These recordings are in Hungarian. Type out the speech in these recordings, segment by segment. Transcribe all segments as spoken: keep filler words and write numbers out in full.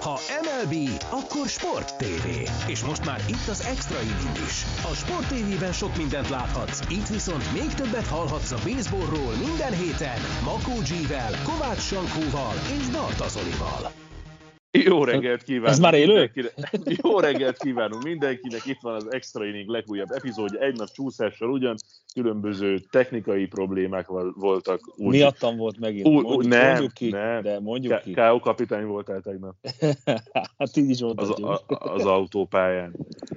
Ha em el bé, akkor Sport té vé. És most már itt az Extra Inning is. A Sport té vében sok mindent láthatsz, itt viszont még többet hallhatsz a baseballról minden héten Makó G-vel, Kovács Sankóval és Barta Zolival. Jó reggelt kívánunk! Ez már élő? Jó reggelt kívánunk mindenkinek! Itt van az Extra Inning legújabb epizódja. Egy nap csúszással ugyan, különböző technikai problémák voltak. Úgy, Miattam volt megint. Úgy, mondjuk, nem, mondjuk ki, nem. de mondjuk K- ki. ká ó kapitány voltál tegnap. Hát így is volt. Az, a, az autópályán.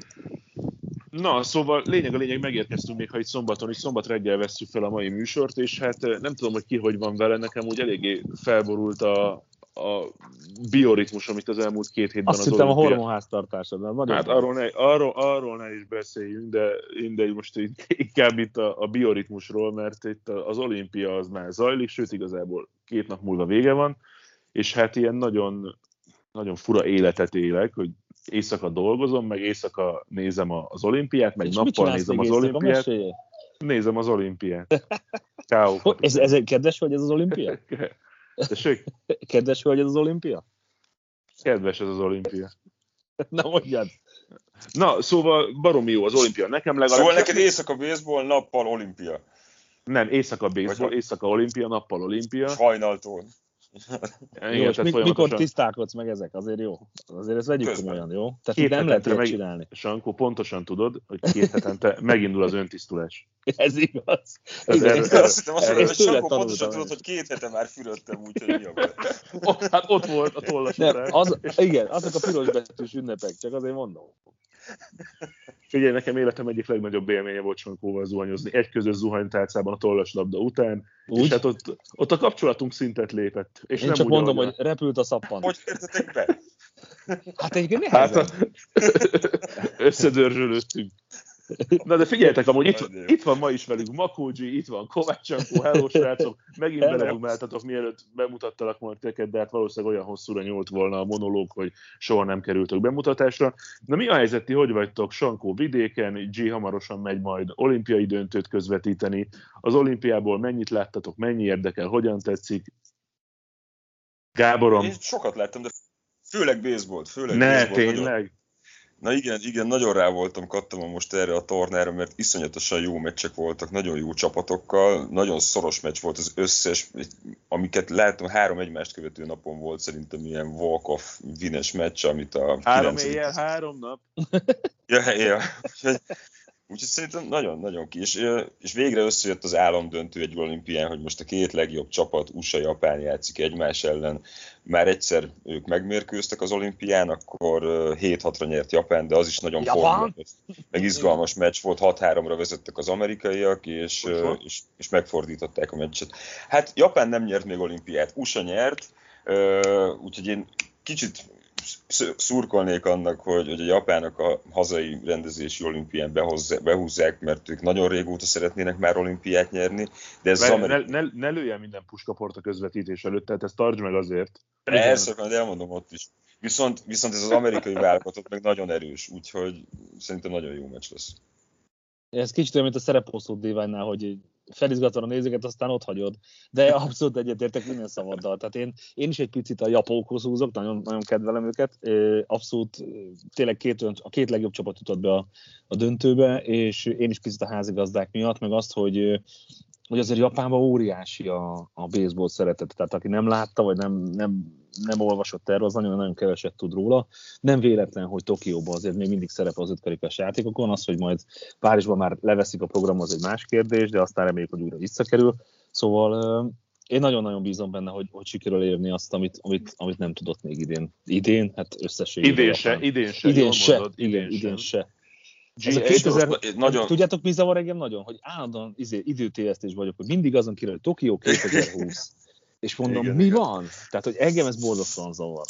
Na, szóval lényeg a lényeg, megérkeztünk még, ha itt szombaton, és szombat reggel vesszük fel a mai műsort, és hát nem tudom, hogy ki hogy van vele, nekem úgy eléggé felborult a a bioritmus, amit az elmúlt két hétben Azt az hittem olimpia... a hormonháztartásod. Hát arról ne, arról, arról ne is beszéljünk, de, de most inkább itt a, a bioritmusról, mert itt az olimpia az már zajlik, sőt igazából két nap múlva vége van, és hát ilyen nagyon, nagyon fura életet élek, hogy éjszaka dolgozom, meg éjszaka nézem az olimpiát, meg és nappal nézem az olimpiát. Nézem az olimpiát. ez, ez kedves, hogy ez az olimpia? Tessék? Kedves hölgy ez az olimpia? Kedves ez az olimpia. Na mondjad. Na, szóval baromi jó az olimpia. Nekem legalább... Szóval neked éjszaka baseball, nappal olimpia. Nem, éjszaka baseball, éjszaka olimpia, nappal olimpia. És hajnaltól. Igen, jó, és mi, folyamatosan... mikor tisztálkodsz meg ezek? Azért jó. Azért ezt vegyük Közben. komolyan, jó? Tehát két nem lehet ilyet meg... csinálni. Sankó, pontosan tudod, hogy két hetente megindul az öntisztulás. Ez igaz. Ez igen, erről, erről, azt hittem, azt mondom, hogy Sankó pontosan tudod, meg. hogy két hete már fürödtem, úgyhogy mi a baj. Ott, hát ott volt a tollas. Nem, az, igen, azok a piros betűs ünnepek, csak azért mondom. Figyelj, nekem életem egyik legnagyobb élménye volt Sankóval zuhanyozni. Egy közös zuhanytálcában a tollaslabda után, Úgy? és hát ott, ott a kapcsolatunk szintet lépett. És Én nem csak úgy, mondom, ahogy hogy repült a szappan. Hogy értetek be? Hát egyébként Hát nehezen. összedörzsölődtünk. Na de figyeljetek, amúgy itt, itt van ma is velünk Makó G, itt van Kovács Sankó, hello srácok, megint beledumáltatok, mielőtt bemutattalak majd teket, de hát valószínűleg olyan hosszúra nyúlt volna a monológ, hogy soha nem kerültök bemutatásra. Na mi a helyzet, ti hogy vagytok? Sankó vidéken, G hamarosan megy majd olimpiai döntőt közvetíteni. Az olimpiából mennyit láttatok, mennyi érdekel, hogyan tetszik? Gáborom? Én sokat láttam, de főleg baseballt, főleg Ne, baseball, tényleg? Nagyon... Na igen, igen, nagyon rá voltam, kattam most erre a tornára, mert iszonyatosan jó meccsek voltak, nagyon jó csapatokkal, nagyon szoros meccs volt az összes, amiket láttam, három egymást követő napon volt szerintem ilyen walk-off wines meccs, amit a... Három kilencedik éjjel, három nap? Ja, ja. Úgyhogy szerintem nagyon-nagyon ki, és, és végre összejött az álomdöntő egy olimpián, hogy most a két legjobb csapat, u es á, Japán játszik egymás ellen. Már egyszer ők megmérkőztek az olimpián, akkor hét hatra nyert Japán, de az is nagyon formális, meg izgalmas meccs volt, hat háromra vezettek az amerikaiak, és, és, és megfordították a meccset. Hát Japán nem nyert még olimpiát, u es á nyert, úgyhogy én kicsit szurkolnék annak, hogy, hogy a japánok a hazai rendezési olimpián behozzá, behúzzák, mert ők nagyon régóta szeretnének már olimpiát nyerni. De ez ne, Amerikai... ne, ne, ne lőjen minden puskaport a közvetítés előtt, tehát ezt tartsd meg azért. Persze, de elmondom ott is. Viszont, viszont ez az amerikai válogatott meg nagyon erős, úgyhogy szerintem nagyon jó meccs lesz. Ez kicsit olyan, mint a szereposztó díványnál, hogy felizgatod a nézőket, aztán ott hagyod. De abszolút egyetértek minden szavaddal. Tehát én, én is egy picit a japókhoz húzok, nagyon, nagyon kedvelem őket. Abszolút tényleg két, a két legjobb csapat jutott be a, a döntőbe, és én is picit a házigazdák miatt, meg azt, hogy, hogy azért Japánban óriási a, a baseball szeretet. Tehát aki nem látta, vagy nem, nem, nem olvasott erről, az nagyon-nagyon keveset tud róla. Nem véletlen, hogy Tokióban azért még mindig szerepel az ötkarikás játékokon. Az, hogy majd Párizsban már leveszik a program, az egy más kérdés, de aztán reméljük, hogy újra visszakerül. Szóval én nagyon-nagyon bízom benne, hogy, hogy sikerül érni azt, amit, amit, amit nem tudott még idén. Idén? Hát összességében. Idén se, idén se. Idén se, mondod, igen, idén, idén se. G- kétezer... nagyon... Tudjátok, mi zavar engem nagyon? Hogy állandóan izé, időtévesztés vagyok, hogy mindig azon kívül, hogy Tokió kétezer-húsz. És mondom, igen, mi igen. van? Tehát, hogy engem ez borzasztóan zavar.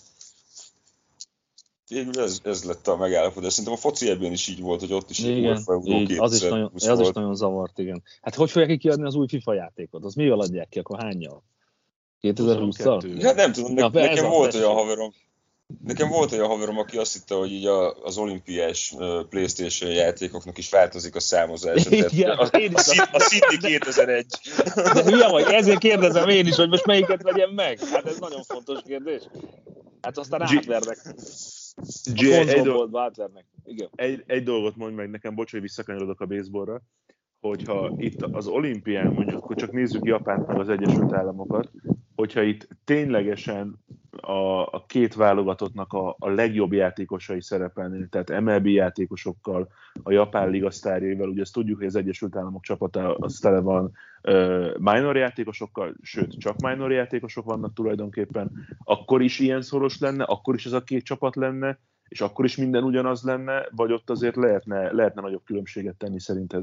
Végül ez, ez lett a megállapodás. Szerintem a foci ebben is így volt, hogy ott is igen, így, az, is nagyon, az is nagyon zavart, igen. Hát hogy fogják kiadni az új FIFA játékot? Az mivel adják ki, akkor hánnyal? kétezer-hússzal? Hát nem tudom, ne, ja, nekem volt olyan haverom, Nekem volt olyan haverom, aki azt hitte, hogy így a, az olimpiás uh, PlayStation játékoknak is változik a számozása. Igen, a, a, a, a City kétezer-egy. De hülye vagy, ezért kérdezem én is, hogy most melyiket vegyem meg. Hát ez nagyon fontos kérdés. Hát aztán G- átvernek. G- A egy, konzolboltba átvernek. Igen. egy, egy dolgot mondj meg nekem, bocs, hogy visszakanyarodok a baseballra, hogyha itt az olimpián, mondjuk, akkor csak nézzük Japánt meg az Egyesült Államokat, hogyha itt ténylegesen a, a két válogatottnak a, a legjobb játékosai szerepelnének, tehát em el bé játékosokkal, a japán liga sztárjaival, ugye ezt tudjuk, hogy az Egyesült Államok csapata az tele van uh, minor játékosokkal, sőt, csak minor játékosok vannak tulajdonképpen, akkor is ilyen szoros lenne, akkor is ez a két csapat lenne, és akkor is minden ugyanaz lenne, vagy ott azért lehetne, lehetne nagyobb különbséget tenni szerinted?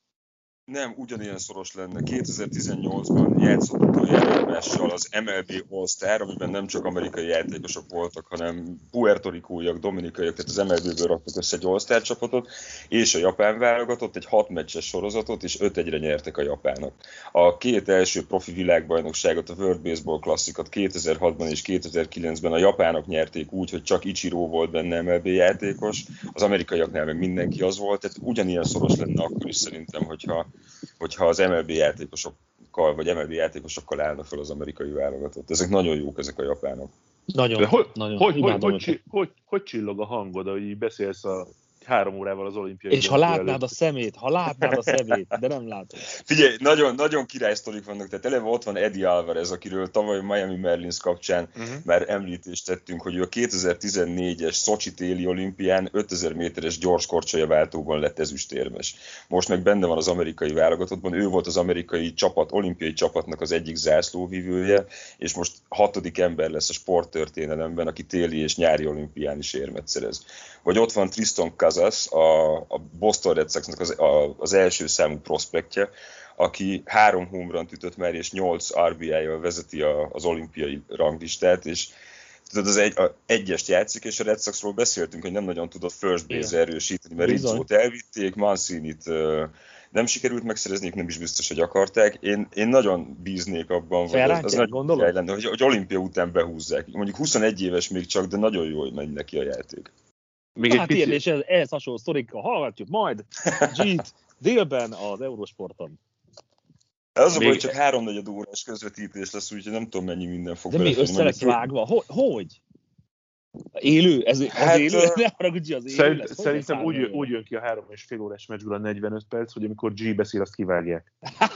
Nem, ugyanilyen szoros lenne. kétezer-tizennyolcban játszott egymással az em el bé All-Star, amiben nem csak amerikai játékosok voltak, hanem puertorikóiak, dominikaiak, tehát az em el béből raktak össze egy All-Star csapatot, és a japán válogatott egy hat meccses sorozatot, és öt egyre nyertek a japánok. A két első profi világbajnokságot, a World Baseball Classicot kétezer-hatban és kétezer-kilencben a japánok nyerték úgy, hogy csak Ichiro volt benne em el bé játékos, az amerikaiaknál meg mindenki az volt, tehát ugyanilyen szoros lenne akkor is szerintem, hogyha hogyha az em el bé játékosokkal, vagy em el bé játékosokkal állna fel az amerikai válogatott. Ezek nagyon jók, ezek a japánok. Nagyon, hogy, nagyon. Hogy, hogy, hogy, hogy, hogy, hogy csillog a hangod, hogy így beszélsz a három órával az olimpiai. És ha látnád előtt. a szemét, ha látnád a szemét, de nem látod. Figyelj, nagyon, nagyon királysztorik vannak, tehát eleve ott van Eddie Alvarez, akiről tavaly Miami Marlins kapcsán uh-huh. már említést tettünk, hogy ő a kétezer-tizennégyes Szocsi téli olimpián ötezer méteres gyors korcsolyaváltóban lett ezüstérmes. Most meg benne van az amerikai válogatottban, ő volt az amerikai csapat, olimpiai csapatnak az egyik zászlóvivője, és most hatodik ember lesz a sporttörténelemben, aki téli és nyári olimpián is érmet szerez. Vagy ott van Tristan Casas, a, a Boston Red Soxnak az, a, az első számú prospektje, aki három home runt ütött már, és nyolc er bé í-jal vezeti a, az olimpiai ranglistát, és tudod, az egy, a egyest játszik, és a Red Soxról beszéltünk, hogy nem nagyon tudott first base erősíteni, mert Rizzót elvitték, Mancinit uh, nem sikerült megszerezniük, nem is biztos, hogy akarták. Én, én nagyon bíznék abban, hogy az, az nagyon király lenne, hogy, hogy olimpia után behúzzák. Mondjuk huszonegy éves még csak, de nagyon jó, hogy megy neki a játék. Még egy hát pici... ilyen, és ez, ehhez hasonló sztorikkal hallgatjuk majd G-t délben az Eurosporton. Az a baj, hogy csak háromnegyed órás közvetítés lesz, úgyhogy nem tudom, mennyi minden fog beleférni. De mi össze lesz vágva? Hogy? Hogy? Élő? Ez az hát, élő? Uh, ne haragudj, az élő szerint, lesz? Szerintem úgy, úgy jön ki a három és fél órás meccsből a negyvenöt perc, hogy amikor G beszél, azt kivágják.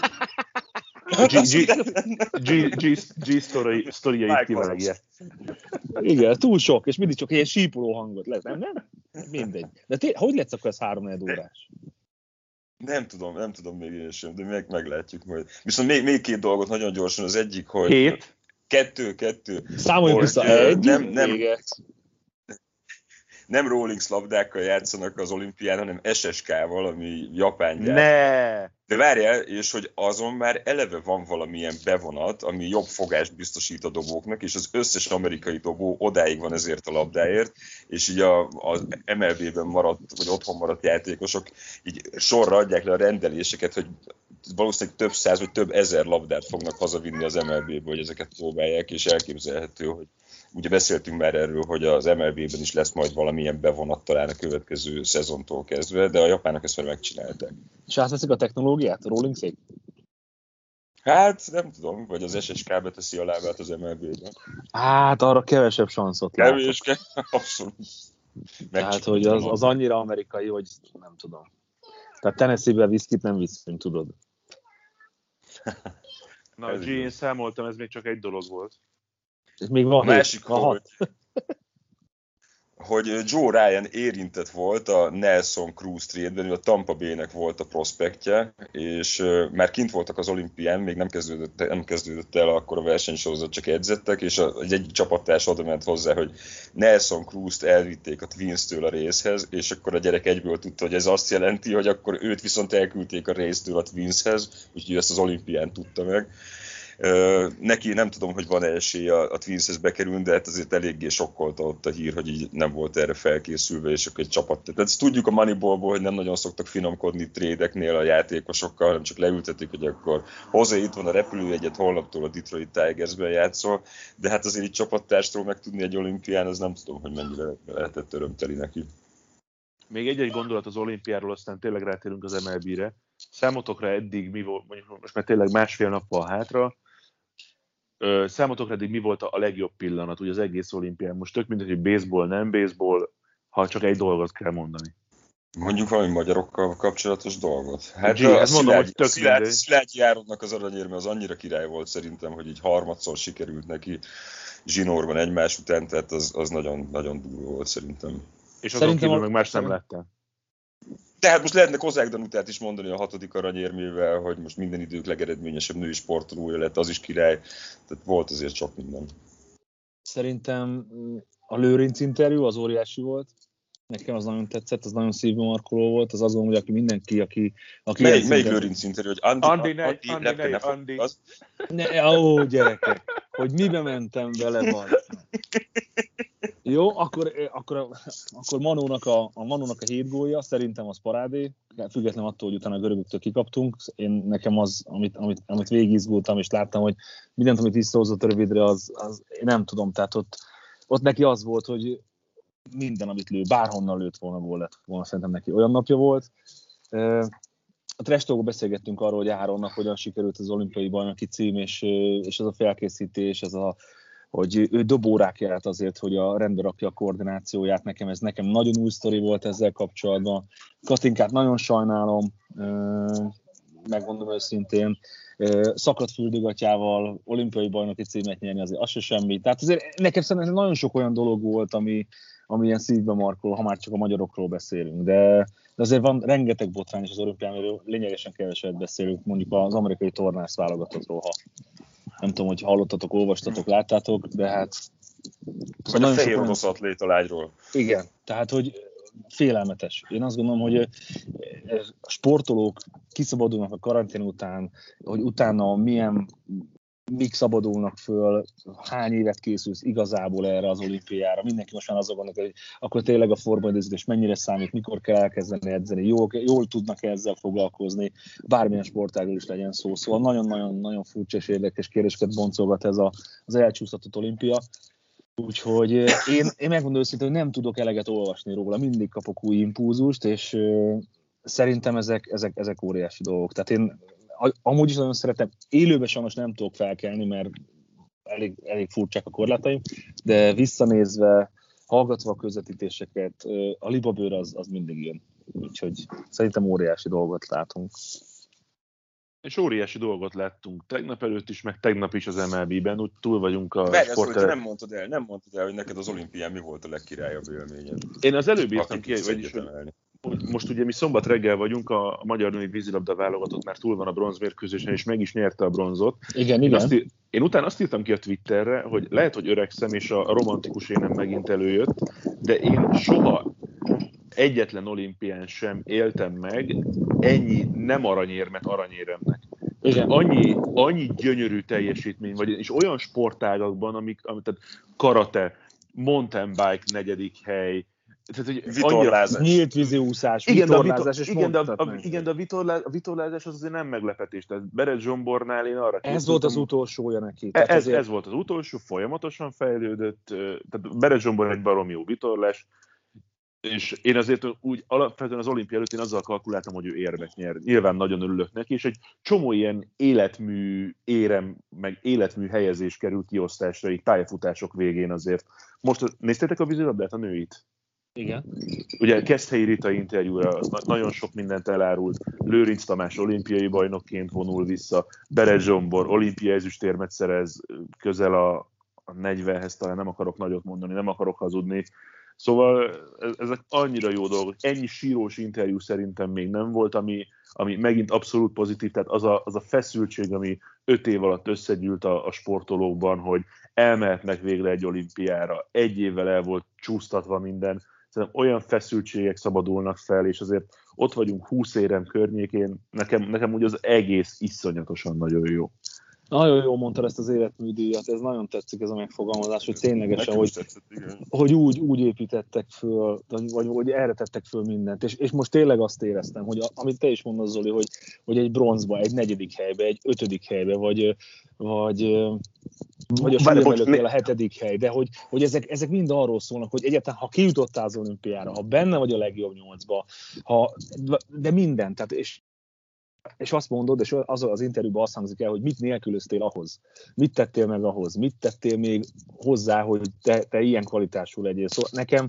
G sztoriait kivágják. Igen, túl sok, és mindig csak ilyen sípoló hangot lesz, nem? nem? Mindegy. De té- hogy lesz akkor ez háromnegyed órás? Nem tudom, nem tudom még én sem, de meg, meglátjuk majd. Viszont még, még két dolgot nagyon gyorsan, az egyik, hogy... Hét? Kettő, kettő. Számoljunk vissza, egy, nem, nem, nem Rawlings labdákkal játszanak az olimpián, hanem es es ká-val, ami japán gyár. Ne! De várjál, és hogy azon már eleve van valamilyen bevonat, ami jobb fogást biztosít a dobóknak, és az összes amerikai dobó odáig van ezért a labdáért, és így a, az em el bé-ben maradt, vagy otthon maradt játékosok így sorra adják le a rendeléseket, hogy valószínűleg több száz, vagy több ezer labdát fognak hazavinni az em el bé-ből, hogy ezeket próbálják, és elképzelhető, hogy ugye beszéltünk már erről, hogy az em el bé-ben is lesz majd valamilyen bevonat talán a következő szezontól kezdve, de a japánok ezt már megcsinálták. És átveszik a technológiát, a Rawlingsék? Hát nem tudom, vagy az es es ká beteszi a lábát az em el bé-ben. Hát arra kevesebb sanszot látok. Kevés, abszolút. Tehát, hogy az, az annyira amerikai, hogy nem tudom. Tehát Tennessee-be viszkit nem viszünk, tudod. Na, G, én számoltam, ez még csak egy dolog volt. És még van a másik, hogy, hogy Joe Ryan érintett volt a Nelson Cruz trade-ben, ő a Tampa Bay-nek volt a prospektje, és már kint voltak az olimpián, még nem kezdődött, nem kezdődött el akkor a versenysorozat, csak edzettek, és egy egyik csapattárs oda ment hozzá, hogy Nelson Cruz-t elvitték a Twins-től a részhez, és akkor a gyerek egyből tudta, hogy ez azt jelenti, hogy akkor őt viszont elküldték a résztől a Twins-hez, úgyhogy ezt az olimpián tudta meg. Uh, neki nem tudom, hogy van esély a, a Twinshez bekerülni, de hát azért eléggé sokkolta ott a hír, hogy így nem volt erre felkészülve, és akkor egy csapat. Tehát ezt tudjuk a Moneyballból, hogy nem nagyon szoktak finomkodni trédeknél a játékosokkal, hanem csak leültetik, hogy akkor hozzá itt van a repülőjegyet, holnaptól a Detroit Tigersben játszol, de hát azért így csapattárstól megtudni egy olimpián, az nem tudom, hogy mennyire lehetett örömteli neki. Még egy-egy gondolat az olimpiáról, aztán tényleg rátérünk az em el bé-re. Számotokra eddig mi volt, mondjuk most már tényleg másfél nap van hátra, számotokra eddig mi volt a legjobb pillanat ugye az egész olimpián? Most tök mindegy, hogy baseball, nem baseball, ha csak egy dolgot kell mondani. Mondjuk valami magyarokkal kapcsolatos dolgot. Hát G, a, a mondom, hogy tök Szilágyi, mindegy. Szilágyi Áronnak az aranyérme az annyira király volt szerintem, hogy így harmadszor sikerült neki zsinórban egymás után, tehát az, az nagyon, nagyon durva volt szerintem. És azon kívül meg más nem lettem. Tehát most lehetne Kozák Danutát is mondani a hatodik aranyérmével, hogy most minden idők legeredményesebb női sportolója lett, az is király. Tehát volt azért sok minden. Szerintem a Lőrinc interjú az óriási volt. Nekem az nagyon tetszett, az nagyon szívbe markoló volt. Az azon, hogy aki mindenki, aki... aki melyik melyik Lőrinc interjú? Hogy Andi, Andi, ne, Andi, Andi, Lepke, ne, ne Andi. Az? Ne, ó, gyerekek, hogy mibe mentem bele, van. Jó, akkor, akkor, akkor Manónak a, a Manónak a hét gólja, szerintem az parádé, független attól, hogy utána a görögöktől kikaptunk. Én nekem az, amit, amit, amit végigizgultam, és láttam, hogy mindent, amit visszahozott a rövidre, az, az én nem tudom, tehát ott, ott neki az volt, hogy minden, amit lő, bárhonnan lőtt volna, gól lett volna, szerintem neki olyan napja volt. A Trash Talkban beszélgettünk arról, hogy Áronnak hogyan sikerült az olimpiai bajnoki cím, és, és az a felkészítés, ez a hogy ő dobórák járt azért, hogy a rendbe rakja a koordinációját. Nekem ez nekem nagyon új sztori volt ezzel kapcsolatban. Katinkát nagyon sajnálom, megmondom őszintén. Szakadt fürdőgatyával olimpiai bajnoki címet nyerni, azért az se semmi. Tehát azért nekem szerintem nagyon sok olyan dolog volt, ami, ami ilyen szívbe markol, ha már csak a magyarokról beszélünk. De, de azért van rengeteg botrány is az olimpián, amiről lényegesen keveset beszélünk, mondjuk az amerikai tornász válogatottról, ha nem tudom, hogy hallottatok, olvastatok, láttátok, de hát... Vagy a fehér orosz atléta lágyról. Igen, tehát, hogy félelmetes. Én azt gondolom, hogy a sportolók kiszabadulnak a karantén után, hogy utána milyen, mik szabadulnak föl, hány évet készülsz igazából erre az olimpiára. Mindenki most már azon gondolnak, hogy akkor tényleg a formaidőzítés mennyire számít, mikor kell elkezdeni edzeni, jól, jól tudnak ezzel foglalkozni, bármilyen sportágról is legyen szó. Szóval nagyon-nagyon furcsa és érdekes kérdéseket boncolgat ez a, az elcsúsztatott olimpia. Úgyhogy én, én megmondom őszintén, hogy nem tudok eleget olvasni róla, mindig kapok új impulzust, és uh, szerintem ezek, ezek, ezek óriási dolgok. Tehát én amúgy is nagyon szeretem, élőben sajnos nem tudok felkelni, mert elég, elég furcsák a korlátaim, de visszanézve, hallgatva a közvetítéseket, a libabőr az, az mindig jön. Úgyhogy szerintem óriási dolgot látunk. És óriási dolgot láttunk tegnap előtt is, meg tegnap is az em el bé-ben, úgy túl vagyunk a Várj, sportterület. nem mondtad el, nem mondtad el, hogy neked az olimpián mi volt a legkirályabb élményed. Én az előbb írtam ki, vagyis, hogy most ugye mi szombat reggel vagyunk, a magyar női vízilabda válogatott már túl van a bronzmérkőzésen, és meg is nyerte a bronzot. Igen, én igen. Azt ír, én utána azt írtam ki a Twitterre, hogy lehet, hogy öregszem, és a romantikus énem megint előjött, de én soha egyetlen olimpián sem éltem meg ennyi nem aranyérmet aranyéremnek. Igen. Annyi, annyi gyönyörű teljesítmény, vagy, és olyan sportágakban, amik, amik tehát karate, mountain bike negyedik hely, tehát, hogy vitorlázás. Nyílt víziúszás, igen, vitorlázás, és igen, de a, a, igen, de a, vitorlá, a vitorlázás az azért nem meglepetés. Tehát Berez Zsombornál én arra Ez volt az utolsója neki. Tehát ez, azért... ez volt az utolsó, folyamatosan fejlődött. Tehát Berez Zsombor egy baromi jó vitorlás, és én azért úgy alapvetően az olimpia előtt én azzal kalkuláltam, hogy ő érmet nyer. Nyilván nagyon örülök neki, és egy csomó ilyen életmű érem, meg életmű helyezés kerül kiosztásra így pályafutások végén azért. Most néztétek a vízilabdát, a nőit? Igen. Ugye Keszthelyi Rita interjúra az nagyon sok mindent elárult. Lőrinc Tamás olimpiai bajnokként vonul vissza, Berez Zsombor olimpiai ezüstérmet szerez, közel a, a negyvenhez, talán nem akarok nagyot mondani, nem akarok hazudni. Szóval ezek annyira jó dolgok. Ennyi sírós interjú szerintem még nem volt, ami, ami megint abszolút pozitív. Tehát az a, az a feszültség, ami öt év alatt összegyűlt a, a sportolókban, hogy elmehetnek végre egy olimpiára. Egy évvel el volt csúsztatva minden. Szerintem olyan feszültségek szabadulnak fel, és azért ott vagyunk húsz érem környékén. Nekem, nekem úgy az egész iszonyatosan nagyon jó. Nagyon jól mondtad ezt az életműdíjat, ez nagyon tetszik ez a megfogalmazás, hogy ténylegesen, hogy, tetszett, hogy úgy, úgy építettek föl, vagy, vagy hogy erre tettek föl mindent. És, és most tényleg azt éreztem, hogy a, amit te is mondasz, Zoli, hogy, hogy egy bronzba, egy negyedik helybe, egy ötödik helybe, vagy, vagy, vagy a súlyemelőknél a hetedik hely, de hogy, hogy ezek, ezek mind arról szólnak, hogy egyáltalán, ha kijutottál az olimpiára, ha benne vagy a legjobb nyolcba, ha, de minden, tehát és és azt mondod, és az az interjúban azt hangzik el, hogy mit nélkülöztél ahhoz, mit tettél meg ahhoz, mit tettél még hozzá, hogy te, te ilyen kvalitású legyél. Szóval nekem,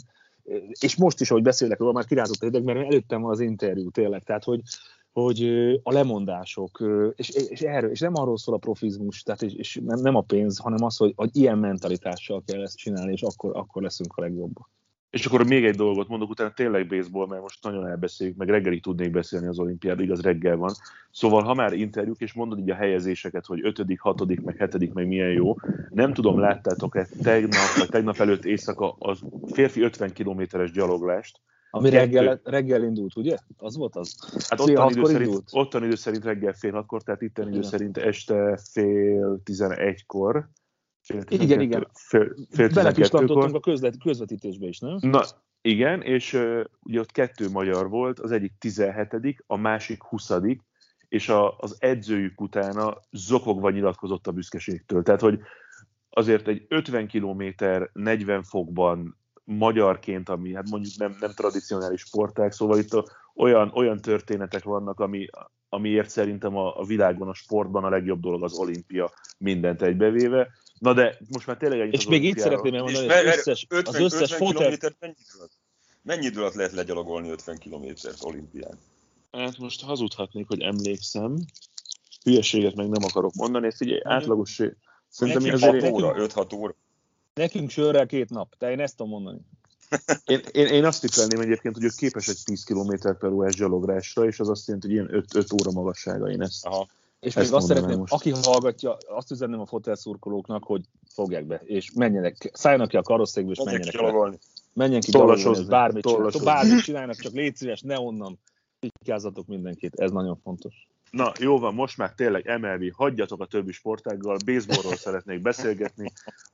és most is, ahogy beszélek róla, már kirázott a hideg, mert előttem van az interjú tényleg, tehát hogy, hogy a lemondások, és, és, erről, és nem arról szól a profizmus, tehát és, és nem, nem a pénz, hanem az, hogy, hogy ilyen mentalitással kell ezt csinálni, és akkor, akkor leszünk a legjobbak. És akkor még egy dolgot mondok, utána tényleg baseball, mert most nagyon elbeszéljük, meg reggelig tudnék beszélni az olimpiád, igaz reggel van. Szóval ha már interjúk, és mondod így a helyezéseket, hogy ötödik, hatodik, meg hetedik, meg milyen jó, nem tudom, láttátok-e tegnap, vagy tegnap előtt éjszaka az férfi ötven kilométeres gyaloglást. Ami reggel, reggel indult, ugye? Az volt az? Hát ottan idő, szerint, ottan idő szerint reggel fél hatkor, tehát itten idő szerint este fél tizenegykor. Igen, igen. Fél, fél Belepislantottunk a közvet, közvetítésbe is, nem? Na, igen, és uh, ugye ott kettő magyar volt, az egyik tizenhetedik, a másik huszadik, és a, az edzőjük utána zokogva nyilatkozott a büszkeségtől. Tehát, hogy azért egy ötven kilométer, negyven fokban magyarként, ami hát mondjuk nem, nem tradicionális sportág, szóval itt a, olyan, olyan történetek vannak, ami, amiért szerintem a, a világon, a sportban a legjobb dolog az olimpia, mindent egybevéve. Na de most már tényleg ennyit. És még itt szeretném elmondani, hogy az összes, ötven, az összes fotel... Mennyi idő, alatt, mennyi idő alatt lehet legyalogolni ötven kilométert olimpián? Hát most hazudhatnék, hogy emlékszem. Hülyeséget meg nem akarok mondani, ezt így átlagos... Szerintem mi azért hat óra, öt-hat óra. Nekünk sörrel két nap, de én ezt tudom mondani. Én, én, én azt tippelném egyébként, hogy ők képesek tíz kilométer per órás gyalográsra, és az azt jelenti, hogy ilyen öt óra magassága, én ezt... Aha. És még azt szeretném, most. Aki hallgatja, azt üzenném a fotelszurkolóknak, hogy fogják be, és menjenek, szálljanak ki a karosszékből, és menjenek gyalogolni. Menjen ki gyalogolni, bármit csinálnak, bármit csinálnak, csak légy szíves, ne onnan. Pikázzatok mindenkit, ez nagyon fontos. Na, jó van, most már tényleg em el bé, hagyjatok a többi sportággal, baseballról szeretnék beszélgetni.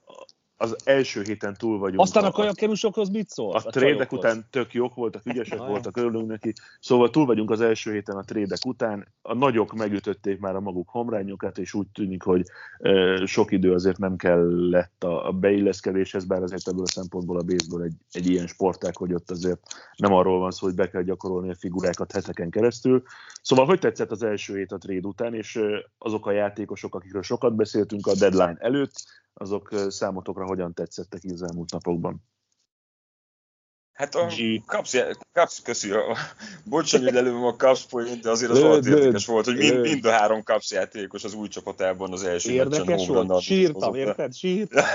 Az első héten túl vagyunk. Aztán a kajakkerusokhoz mit szól? A, a trédek után tök jók voltak, ügyesek ah, voltak, örülünk neki. Szóval túl vagyunk az első héten a trédek után. A nagyok megütötték már a maguk homrányokat, és úgy tűnik, hogy e, sok idő azért nem kellett a, a beilleszkedéshez, bár azért ebből a szempontból a baseball egy, egy ilyen sportág, hogy ott azért nem arról van szó, hogy be kell gyakorolni a figurákat heteken keresztül. Szóval hogy tetszett az első hét a tréd után, és azok a játékosok, akikről sokat beszéltünk a deadline előtt, azok számotokra hogyan tetszettek az elmúlt napokban? Hát a Cubs, Cubs köszi, a, bocsánat, hogy előbb a Cubs point, de azért az alatt érdekes volt, hogy mind, mind a három Cubs játékos az új csapatában az első érdekes meccsen home volt, sírtam, érted? Sírtam.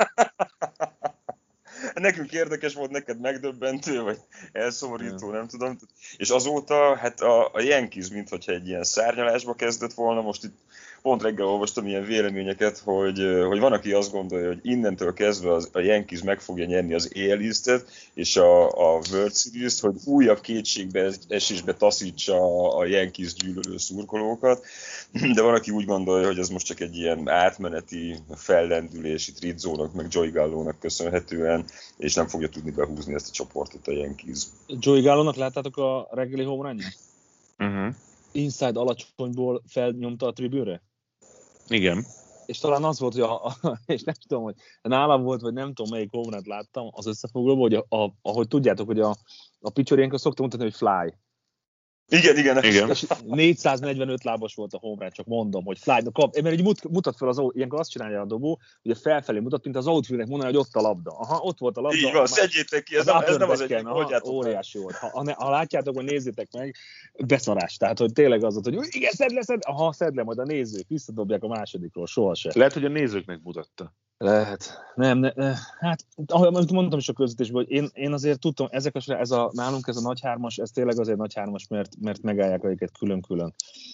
Nekünk érdekes volt, neked megdöbbentő, vagy elszomorító, nem tudom. És azóta, hát a, a Yankees, mintha egy ilyen szárnyalásba kezdett volna, most itt pont reggel olvastam ilyen véleményeket, hogy, hogy van, aki azt gondolja, hogy innentől kezdve az, a Yankees meg fogja nyerni az á el East-et és a, a World Series-t, hogy újabb kétségbe esésbe taszítsa a Yankees gyűlölő szurkolókat, de van, aki úgy gondolja, hogy ez most csak egy ilyen átmeneti fellendülési Trizzónak, meg Joey Gallo-nak köszönhetően, és nem fogja tudni behúzni ezt a csoportot a Yankees. Joey Gallo-nak láttátok a reggeli home run-ját? Uh-huh. Inside alacsonyból felnyomta a tribűnre? Igen. És talán az volt, hogy a, a, és nem tudom, hogy nálam volt, vagy nem tudom, melyik home run-t láttam az összefoglalóban, hogy a, a, ahogy tudjátok, hogy a, a pitcher ilyenkor szoktam mutatni, hogy fly. Igen, igen. igen. És négyszáznegyvenöt lábas volt a home run, csak mondom, hogy fly. No, kap, mert így mut, mutat fel az, ilyenkor azt csinálja a dobó, hogy a felfelé mutat, mint az outfieldnek mondaná, hogy ott a labda. Aha, ott volt a labda. Így van, szedjétek ki, ez, az nem, ez nem az egy, hagyjátok. Óriási volt. Ha, ha, ha látjátok, hogy nézzétek meg, beszarás. Tehát, hogy tényleg az volt, hogy igen, szedd le, szedd, aha, szedd le, majd a nézők visszadobják a másodikról, sohasem. Lehet, hogy a nézőknek mutatta. Lehet. Nem, ne, ne, hát, ahogy mondtam is a közvetésben, hogy én, én azért tudtam, ezek a, ez a, nálunk ez a nagy hármas, ez tényleg azért nagy hármas, mert, mert megállják őket külön-külön.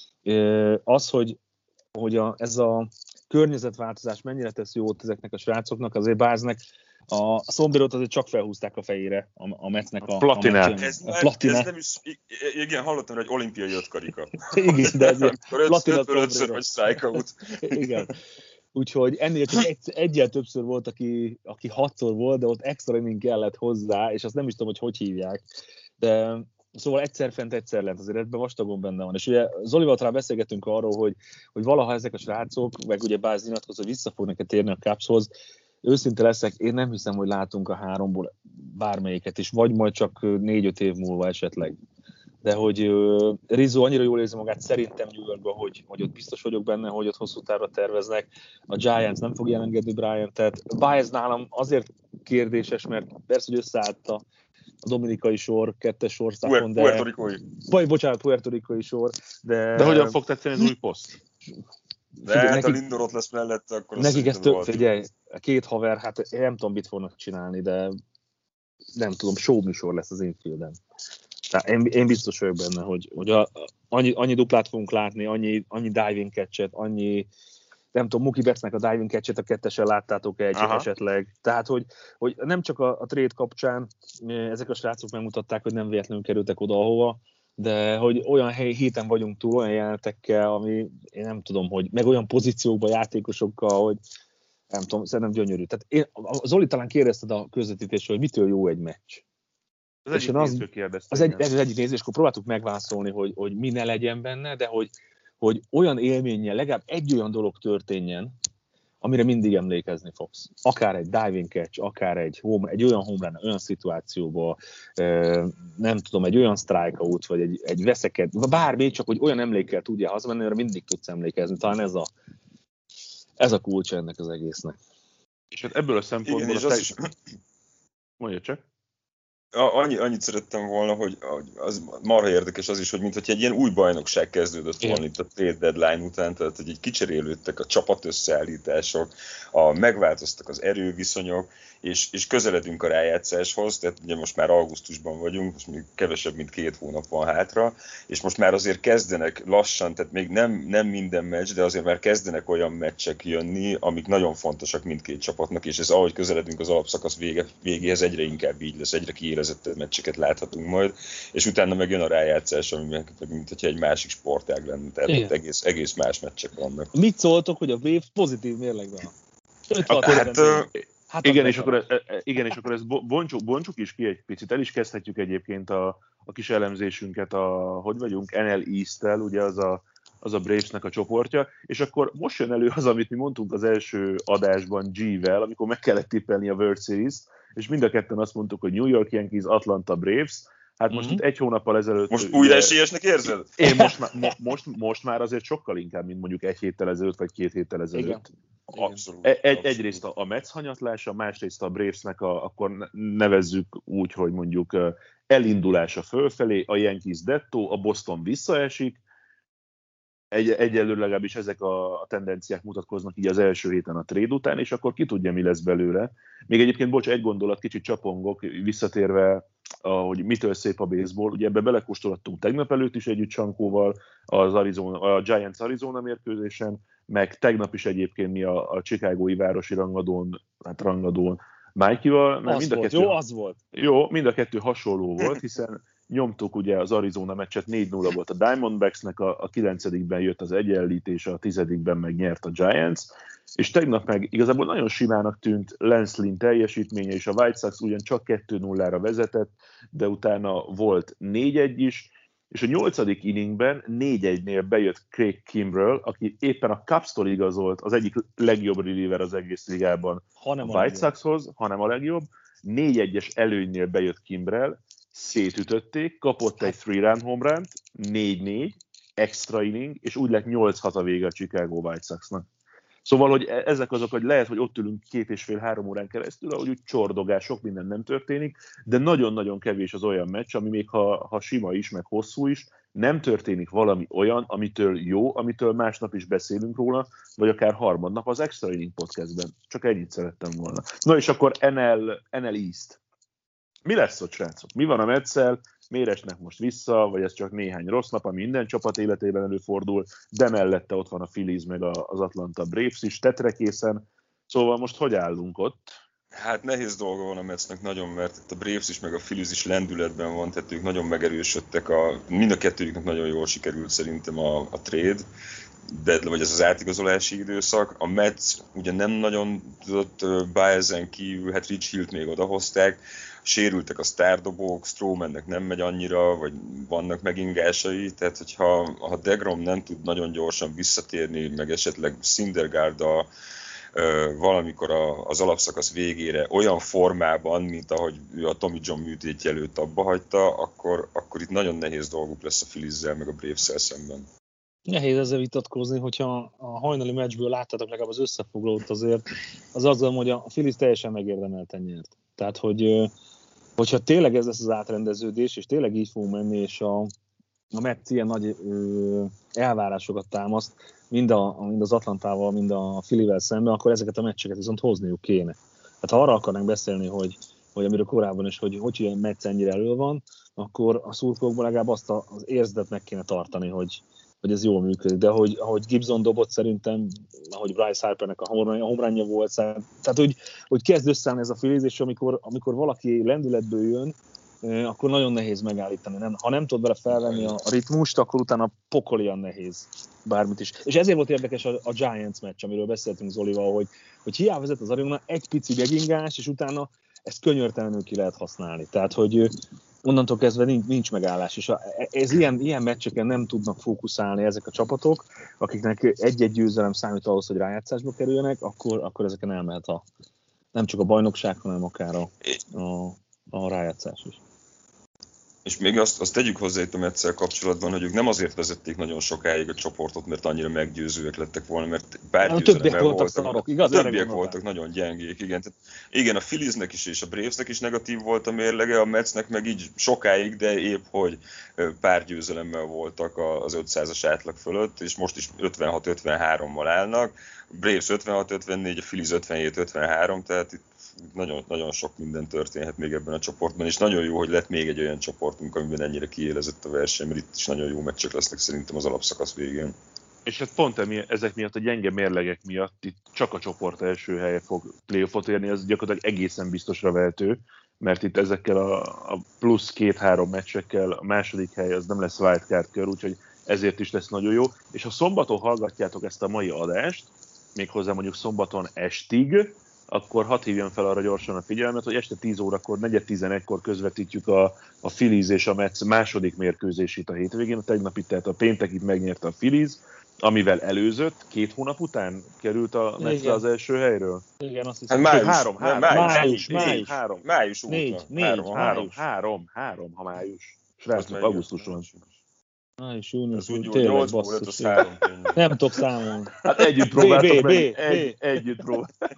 Az, hogy, hogy a, ez a környezetváltozás mennyire tesz jót ezeknek a srácoknak, azért Báznek, a Szombirót azért csak felhúzták a fejére a, a Metsznek a, a platinát. A, ez, a platinát. Ez nem is, igen, hallottam, hogy olimpiai ötkarika. Igen, de ez platina ötször vagy strikeout. Igen. Úgyhogy ennél csak egy, egyel többször volt, aki, aki hatszor volt, de ott extra inning kellett hozzá, és azt nem is tudom, hogy hogy hívják. De szóval egyszer fent, egyszer lent, azért ebben vastagon benne van. És ugye Zolival talán beszélgetünk arról, hogy, hogy valaha ezek a srácok, meg ugye Báz nyilatkoz, hogy vissza fognak térni a Cubshoz. Őszinte leszek, én nem hiszem, hogy látunk a háromból bármelyiket is, vagy majd csak négy-öt év múlva esetleg. de hogy uh, Rizzo annyira jól érzi magát szerintem New Yorkban, hogy, hogy ott biztos vagyok benne, hogy ott hosszú távra terveznek. A Giants nem fogja elengedni Bryant-et. Baez nálam azért kérdéses, mert persze, hogy összeállt a dominikai sor, kettes sorszakon, de... Puerto Ricói. Vagy, bocsánat, Puerto Ricói sor, de... De hogyan fog tetszeni az új poszt? De figyelj, hát nekik, a Lindor ott lesz mellette, akkor... Nekik ez több, figyelj, két haver, hát én nem tudom, mit fognak csinálni, de nem tudom, show műsor lesz az infielden. Tehát én, én biztos vagyok benne, hogy, hogy a, annyi, annyi duplát fogunk látni, annyi, annyi diving catchet, annyi, nem tudom, Mookie Bettsnek a diving catchet a kettesen láttátok egy Aha. esetleg. Tehát, hogy, hogy nem csak a, a trade kapcsán, ezek a srácok megmutatták, hogy nem véletlenül kerültek oda, ahova, de hogy olyan hely, héten vagyunk túl, olyan jelenetekkel, ami én nem tudom, hogy meg olyan pozíciókban, játékosokkal, hogy nem tudom, szerintem gyönyörű. Tehát én, Zoli, talán kérdezted a közvetítésről, hogy mitől jó egy meccs. Az egyik néző kérdezte. Az, egy, az egyik néző, és akkor próbáltuk megválaszolni, hogy, hogy mi ne legyen benne, de hogy, hogy olyan élménnyel legalább egy olyan dolog történjen, amire mindig emlékezni fogsz. Akár egy diving catch, akár egy, home, egy olyan home run, olyan szituációban, nem tudom, egy olyan strikeout, vagy egy, egy veszeket, bármi, csak hogy olyan emlékkel tudja hazamenni, amire mindig tudsz emlékezni. Talán ez a, ez a kulcs ennek az egésznek. És hát ebből a szempontból... Igen, és az is... Mondja csak. Annyi, annyit szerettem volna, hogy az marha érdekes az is, hogy mintha egy ilyen új bajnokság kezdődött volna itt a trade deadline után, tehát hogy így kicserélődtek a csapatösszeállítások, a, megváltoztak az erőviszonyok, és, és közeledünk a rájátszáshoz, tehát ugye most már augusztusban vagyunk, most még kevesebb, mint két hónap van hátra, és most már azért kezdenek lassan, tehát még nem, nem minden meccs, de azért már kezdenek olyan meccsek jönni, amik nagyon fontosak mindkét csapatnak, és ez ahogy közeledünk az alapszakasz vége, végéhez egyre inkább így lesz, egyre kiélezettebb meccseket láthatunk majd, és utána meg jön a rájátszás, ami meg, mint hogyha egy másik sportág lenne, tehát ott egész, egész más meccsek vannak. Mit szóltok, hogy a Wave pozitív mérlegben van? Akkor, hát, hát igen, és akkor, igen, és akkor ezt bontsuk, bontsuk is ki egy picit, el is kezdhetjük egyébként a, a kis elemzésünket, a, hogy vagyunk, en el East-tel, ugye az a, az a Bravesnek a csoportja, és akkor most jön elő az, amit mi mondtunk az első adásban G-vel, amikor meg kellett tippelni a World Series-t, és mind a ketten azt mondtuk, hogy New York Yankees, Atlanta Braves, hát most mm-hmm. itt egy hónappal ezelőtt... Most újra esélyesnek érzed? Én most, mo- most, most már azért sokkal inkább, mint mondjuk egy héttel ezelőtt, vagy két héttel ezelőtt. Igen. Abszolút. Egy, abszolút. Egyrészt a, a Mets hanyatlása, másrészt a Bravesnek a, akkor nevezzük úgy, hogy mondjuk elindulása fölfelé, a Yankees dettó, a Boston visszaesik, Egy, egyelőre legalábbis ezek a, a tendenciák mutatkoznak így az első héten a trade után, és akkor ki tudja, mi lesz belőle. Még egyébként, bocs, egy gondolat, kicsit csapongok, visszatérve, hogy mitől szép a baseball. Ugye ebbe belekóstolhattunk tegnap előtt is együtt Csankóval az Arizona, a Giants Arizona mérkőzésen, meg tegnap is egyébként mi a, a Chicagói városi rangadón, hát rangadón Mikey-val. Az mind a volt, kettő, jó, az volt. Jó, mind a kettő hasonló volt, hiszen nyomtuk ugye az Arizona meccset, négy nulla volt a Diamondbacksnek, a, a kilencedikben jött az egyenlítés, a tizedikben meg nyert a Giants, és tegnap meg igazából nagyon simának tűnt Lance Lynn teljesítménye, és a White Sox ugyan csak kettő nullára vezetett, de utána volt négy egy is, és a nyolcadik inningben négy egynél bejött Craig Kimbrell, aki éppen a Cubs-tól igazolt, az egyik legjobb reliever az egész ligában hanem a White Soxhoz, hanem a legjobb, négy egyes előnynél bejött Kimbrell, szétütötték, kapott egy three-run home run-t, négy négy, extra inning, és úgy lett nyolc hat a vége a Chicago White Soxnak. Szóval, hogy ezek azok, hogy lehet, hogy ott ülünk két és fél három órán keresztül, ahogy úgy csordogás, sok minden nem történik, de nagyon-nagyon kevés az olyan meccs, ami még ha, ha sima is, meg hosszú is, nem történik valami olyan, amitől jó, amitől másnap is beszélünk róla, vagy akár harmadnap az Extra Inning podcastben. Csak ennyit szerettem volna. Na és akkor en el, en el East. Mi lesz ott, srácok? Mi van a Metszel? Miért esnek most vissza, vagy ez csak néhány rossz nap, ami minden csapat életében előfordul, de mellette ott van a Phillies meg az Atlanta Braves is tetrekészen. Szóval most hogy állunk ott? Hát nehéz dolga van a Metsnek nagyon, mert itt a Braves is meg a Phillies is lendületben van, tehát ők nagyon megerősödtek, a, mind a kettőjüknek nagyon jól sikerült szerintem a, a trade, de, vagy ez az átigazolási időszak. A Mets ugye nem nagyon tudott Baezen kívül, hát Rich Hillt még odahozták, sérültek a sztárdobók, Stromannek nem megy annyira, vagy vannak megingásai, tehát hogyha ha DeGrom nem tud nagyon gyorsan visszatérni, meg esetleg Syndergaard a, valamikor az alapszakasz végére olyan formában, mint ahogy ő a Tommy John műtétje előtt abba hagyta, akkor, akkor itt nagyon nehéz dolguk lesz a Phillies-zel, meg a Braves-szel szemben. Nehéz ezzel vitatkozni, hogyha a hajnali meccsből láttatok legalább az összefoglalót, azért az azzal, hogy a Phillies teljesen megérdemelten nyert. Tehát, hogy hogyha tényleg ez lesz az átrendeződés, és tényleg így fogunk menni, és a, a Mets ilyen nagy ö, elvárásokat támaszt, mind, a, mind az Atlantával, mind a Phillyvel szemben, akkor ezeket a meccseket viszont hozniuk kéne. Tehát ha arra akarnánk beszélni, hogy, hogy amiről korábban is, hogy hogy ilyen Mets ennyire elő van, akkor a szurkolókban legalább azt az érzetet meg kéne tartani, hogy, hogy ez jól működik. De ahogy, ahogy Gibson dobott szerintem, ahogy Bryce Harpernek a homránja volt, tehát hogy, hogy kezd összeállni ez a Phillies, és amikor, amikor valaki lendületből jön, akkor nagyon nehéz megállítani. Nem, ha nem tudod vele felvenni a, a ritmust, akkor utána pokolian nehéz bármit is. És ezért volt érdekes a, a Giants meccs, amiről beszéltünk Zolival, hogy, hogy hiába vezet az Arizona, egy pici megingás, és utána ezt könyörtelenül ki lehet használni. Tehát, hogy onnantól kezdve nincs, nincs megállás, és a, ez ilyen, ilyen meccseken nem tudnak fókuszálni ezek a csapatok, akiknek egy-egy győzelem számít ahhoz, hogy rájátszásba kerüljenek, akkor, akkor ezeken elmehet a, nem csak a bajnokság, hanem akár a, a, a rájátszás is. És még azt, azt tegyük hozzá itt a Metszel kapcsolatban, hogy ők nem azért vezették nagyon sokáig a csoportot, mert annyira meggyőzőek lettek volna, mert pár győzelemmel voltak. Szarok, igaz, többiek voltak nagyon gyengék, igen. Tehát, igen, a Philliesnek is és a Bravesnek is negatív volt a mérlege, a Metsnek meg így sokáig, de épp hogy pár győzelemmel voltak az ötszázas átlag fölött, és most is ötvenhat ötvenhárommal állnak. A Braves ötvenhat ötvennégy, a Phillies ötvenhét ötvenhárom, tehát itt Nagyon, nagyon sok minden történhet még ebben a csoportban, és nagyon jó, hogy lett még egy olyan csoportunk, amiben ennyire kiélezett a verseny, mert itt is nagyon jó meccsek lesznek szerintem az alapszakasz végén. És hát pont emi, ezek miatt, a gyenge mérlegek miatt itt csak a csoport első helye fog playoffot érni, ez gyakorlatilag egészen biztosra vehető, mert itt ezekkel a, a plusz két-három meccsekkel a második hely az nem lesz wildcard kör, úgyhogy ezért is lesz nagyon jó. És ha szombaton hallgatjátok ezt a mai adást, méghozzá mondjuk szombaton estig, akkor hadd hívjam fel arra gyorsan a figyelmet, hogy este tíz órakor, negyven tizenegykor közvetítjük a, a Phillies és a Mets második mérkőzését a hétvégén. A tegnapi, tehát a péntekig megnyerte a Phillies, amivel előzött, két hónap után került a Mets az első helyről. Igen, azt hiszem. Hát május, három, három, május, május, május, május, három, május óta. Négy, négy, három, három, három, három, ha május. Srácok, augusztuson. Május, június, ez úgy, tényleg, nyolc basszus. három. Nem tudok számolni. Hát együtt próbáltok B, B, meg. B, Egy, B. együtt próbáltok.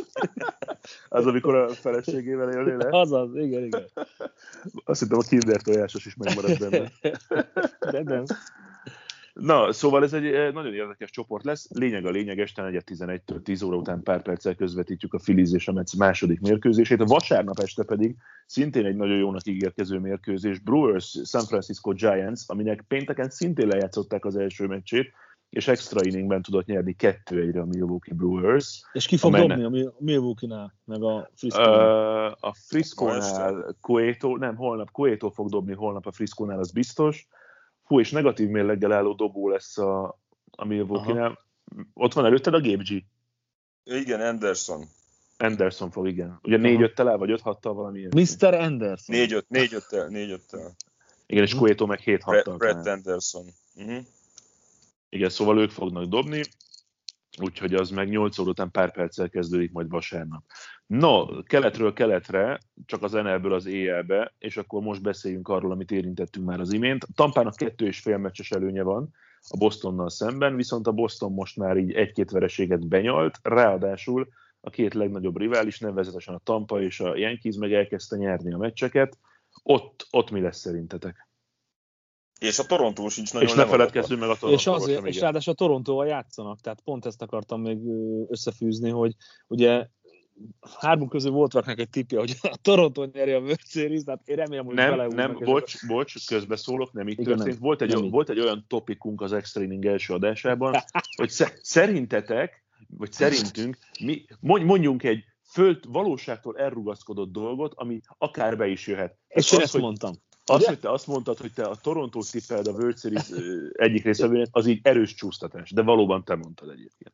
Az, amikor a feleségével élnél le? Azaz, igen, igen. Azt hittem, a kinder tojásos is megmaradt benne. De nem. Na, szóval ez egy nagyon érdekes csoport lesz. Lényeg a lényeg, este negyven tizenegytől tíz óra után pár perccel közvetítjük a Phillies és a Mets második mérkőzését. A vasárnap este pedig szintén egy nagyon jónak ígérkező mérkőzés. Brewers San Francisco Giants, aminek pénteken szintén lejátszották az első meccsét, és extra inningben tudott nyerni kettő egyre a Milwaukee Brewers. És ki fog amenne... dobni a Milwaukee-nál, meg a Frisco-nál? Uh, a Frisco-nál Cueto, nem, holnap Cueto fog dobni, holnap a Frisco-nál, az biztos. Fú, és negatív mérleggel álló dobó lesz a, a Milwaukee-nál. Ott van előtted a Gabe G. Igen, Anderson. Anderson fog, igen. Ugye négy-öttel el, vagy öt-hattal valami ilyen. miszter Anderson. négy-öt, négy-öttel, négy-öttel. Igen, és Cueto meg hét-hattal. Brett Anderson. Uh-huh. Igen, szóval ők fognak dobni, úgyhogy az meg nyolc óra után pár perccel kezdődik majd vasárnap. No, keletről keletre, csak az en el-ből az é el-be, és akkor most beszéljünk arról, amit érintettünk már az imént. Tampának kettő és fél meccses előnye van a Bostonnal szemben, viszont a Boston most már így egy-két vereséget benyalt, ráadásul a két legnagyobb rivális, nevezetesen a Tampa és a Yankees meg elkezdte nyerni a meccseket. Ott, ott mi lesz szerintetek? És a Torontó sincs nagyon És ne feledkezzünk meg a Torontóval és, azért, és ráadásul a Torontóval játszanak, tehát pont ezt akartam még összefűzni, hogy ugye hármunk közül volt valakinek egy tippje, hogy a Toronto nyeri a World Series, tehát én remélem, hogy nem, nem, bocs, akkor... bocs, közbeszólok, nem így igen, történt. Nem, volt, egy, nem volt egy olyan topikunk az Extra Inning első adásában, hogy szerintetek, vagy szerintünk, mi, mondjunk egy föld valóságtól elrugaszkodott dolgot, ami akár be is jöhet. És én ezt mondtam. Az, hogy te azt mondtad, hogy te a Torontót tippeled a World Series egyik részvevőnek, az így erős csúsztatás, de valóban te mondtad egyébként.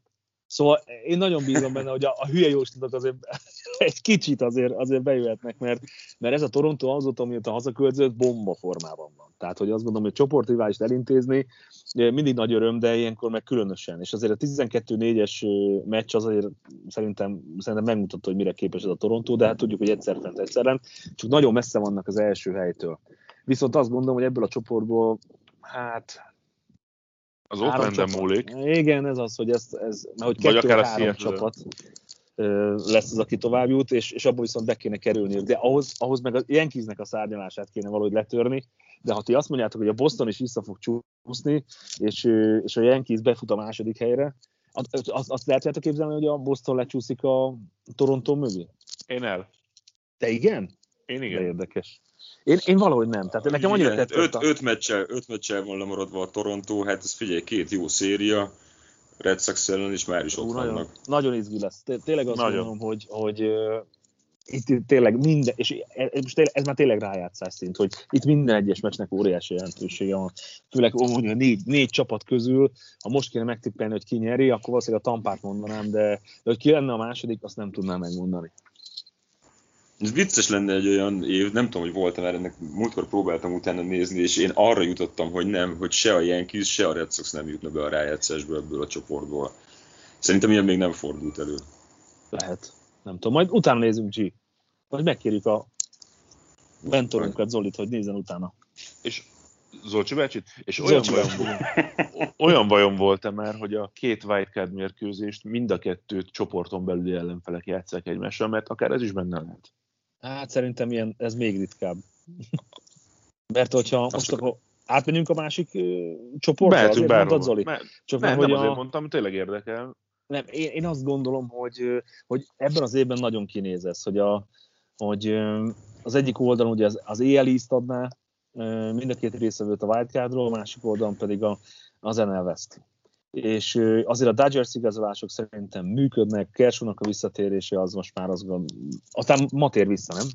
Szóval én nagyon bízom benne, hogy a, a hülye jóslatok azért egy kicsit azért, azért bejöhetnek, mert, mert ez a Toronto azóta, mióta hazaköltözött, bomba formában van. Tehát, hogy azt gondolom, hogy csoportriválist elintézni mindig nagy öröm, de ilyenkor meg különösen. És azért a tizenkettő négyes meccs azért szerintem, szerintem megmutatta, hogy mire képes ez a Toronto, de hát tudjuk, hogy egyszer fent, egyszer lent, csak nagyon messze vannak az első helytől. Viszont azt gondolom, hogy ebből a csoportból, hát... Az Oakland-en múlik. Igen, ez az, hogy ez, ez mert hogy kettő vagy három csapat lesz az, aki tovább jut, és, és abból viszont be kéne kerülniük. De ahhoz, ahhoz meg a Yankeesnek a szárnyalását kéne valahogy letörni, de ha ti azt mondjátok, hogy a Boston is vissza fog csúszni, és, és a Yankees befut a második helyre, azt, azt lehet képzelni, hogy a Boston lecsúszik a Toronto mögé? Én el. Te igen? Én igen. De érdekes. Én, én valahogy nem. Tehát nekem annyira igen, öt, a... öt, meccsel, öt meccsel van lemaradva a Toronto, hát ez figyelj, két jó széria, Red Sox ellen is már is ott nagyon, vannak. Nagyon izgi lesz. Tényleg azt nagyon. Mondom, hogy, hogy uh, itt tényleg minden, és ez, tényleg, ez már tényleg rájátszás szint, hogy itt minden egyes meccsnek óriási jelentősége van. Főleg ó, négy, négy csapat közül, ha most kéne megtippelni, hogy ki nyeri, akkor valószínűleg a Tampát mondanám, de, de hogy ki lenne a második, azt nem tudnám megmondani. Ez vicces lenne egy olyan év, nem tudom, hogy voltam már ennek, múltkor próbáltam utána nézni, és én arra jutottam, hogy nem, hogy se a Yankees, se a Red Sox nem jutna be a rájátszásba ebből a csoportból. Szerintem ilyen még nem fordult elő. Lehet. Nem tudom, majd utána nézünk, G. Vagy megkérjük a mentorunkat, Zolit, hogy nézzen utána. És Zolcsi bácsit? És olyan bajom, olyan bajom volt-e már, hogy a két wildcard mérkőzést mind a kettőt csoporton belüli ellenfelek játsszák egymással, mert akár ez is benne lehet. Hát szerintem ilyen, ez még ritkább. Mert hogyha azt most akkor átmenjünk a másik uh, csoportra, mehetünk azért mondtad, Zoli? Me- Csak nem, már, nem hogy azért a... mondtam, tényleg érdekel. Nem, én, én azt gondolom, hogy, hogy ebben az évben nagyon kinéz ez, hogy, a, hogy az egyik oldalon ugye az, az á el East adná mind a két részvevőt a wildcardról, a másik oldalon pedig a, az en el West. És azért a Dodgers igazolások szerintem működnek, Kershawnak a visszatérése az most már az gond... Aztán ma tér vissza, nem?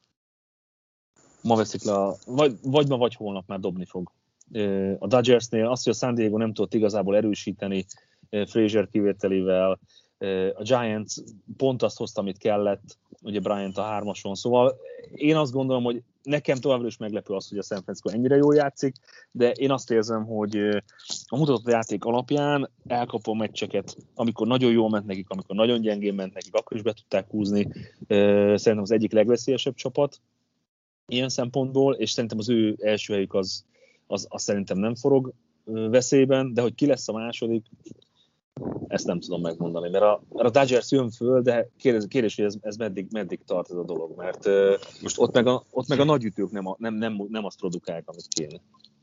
Ma veszik le a... Vagy, vagy ma, vagy holnap már dobni fog. A Dodgersnél azt, hogy a San Diego nem tudott igazából erősíteni Frazier kivételével, a Giants pont azt hozta, amit kellett, ugye Bryant a hármason, szóval én azt gondolom, hogy nekem továbbra is meglepő az, hogy a San Francisco ennyire jól játszik, de én azt érzem, hogy a mutatott játék alapján elkapom meccseket, amikor nagyon jól ment nekik, amikor nagyon gyengén ment nekik, akkor is be tudták húzni. Szerintem az egyik legveszélyesebb csapat ilyen szempontból, és szerintem az ő első helyük az, az, az szerintem nem forog veszélyben, de hogy ki lesz a második, ezt nem tudom megmondani, mert a, mert a Dodgers jön föl, de kérdés, kérdés hogy ez, ez meddig, meddig tart ez a dolog, mert uh, most ott meg a, ott meg a nagyütők nem, a, nem, nem, nem azt produkálják, amit kéne.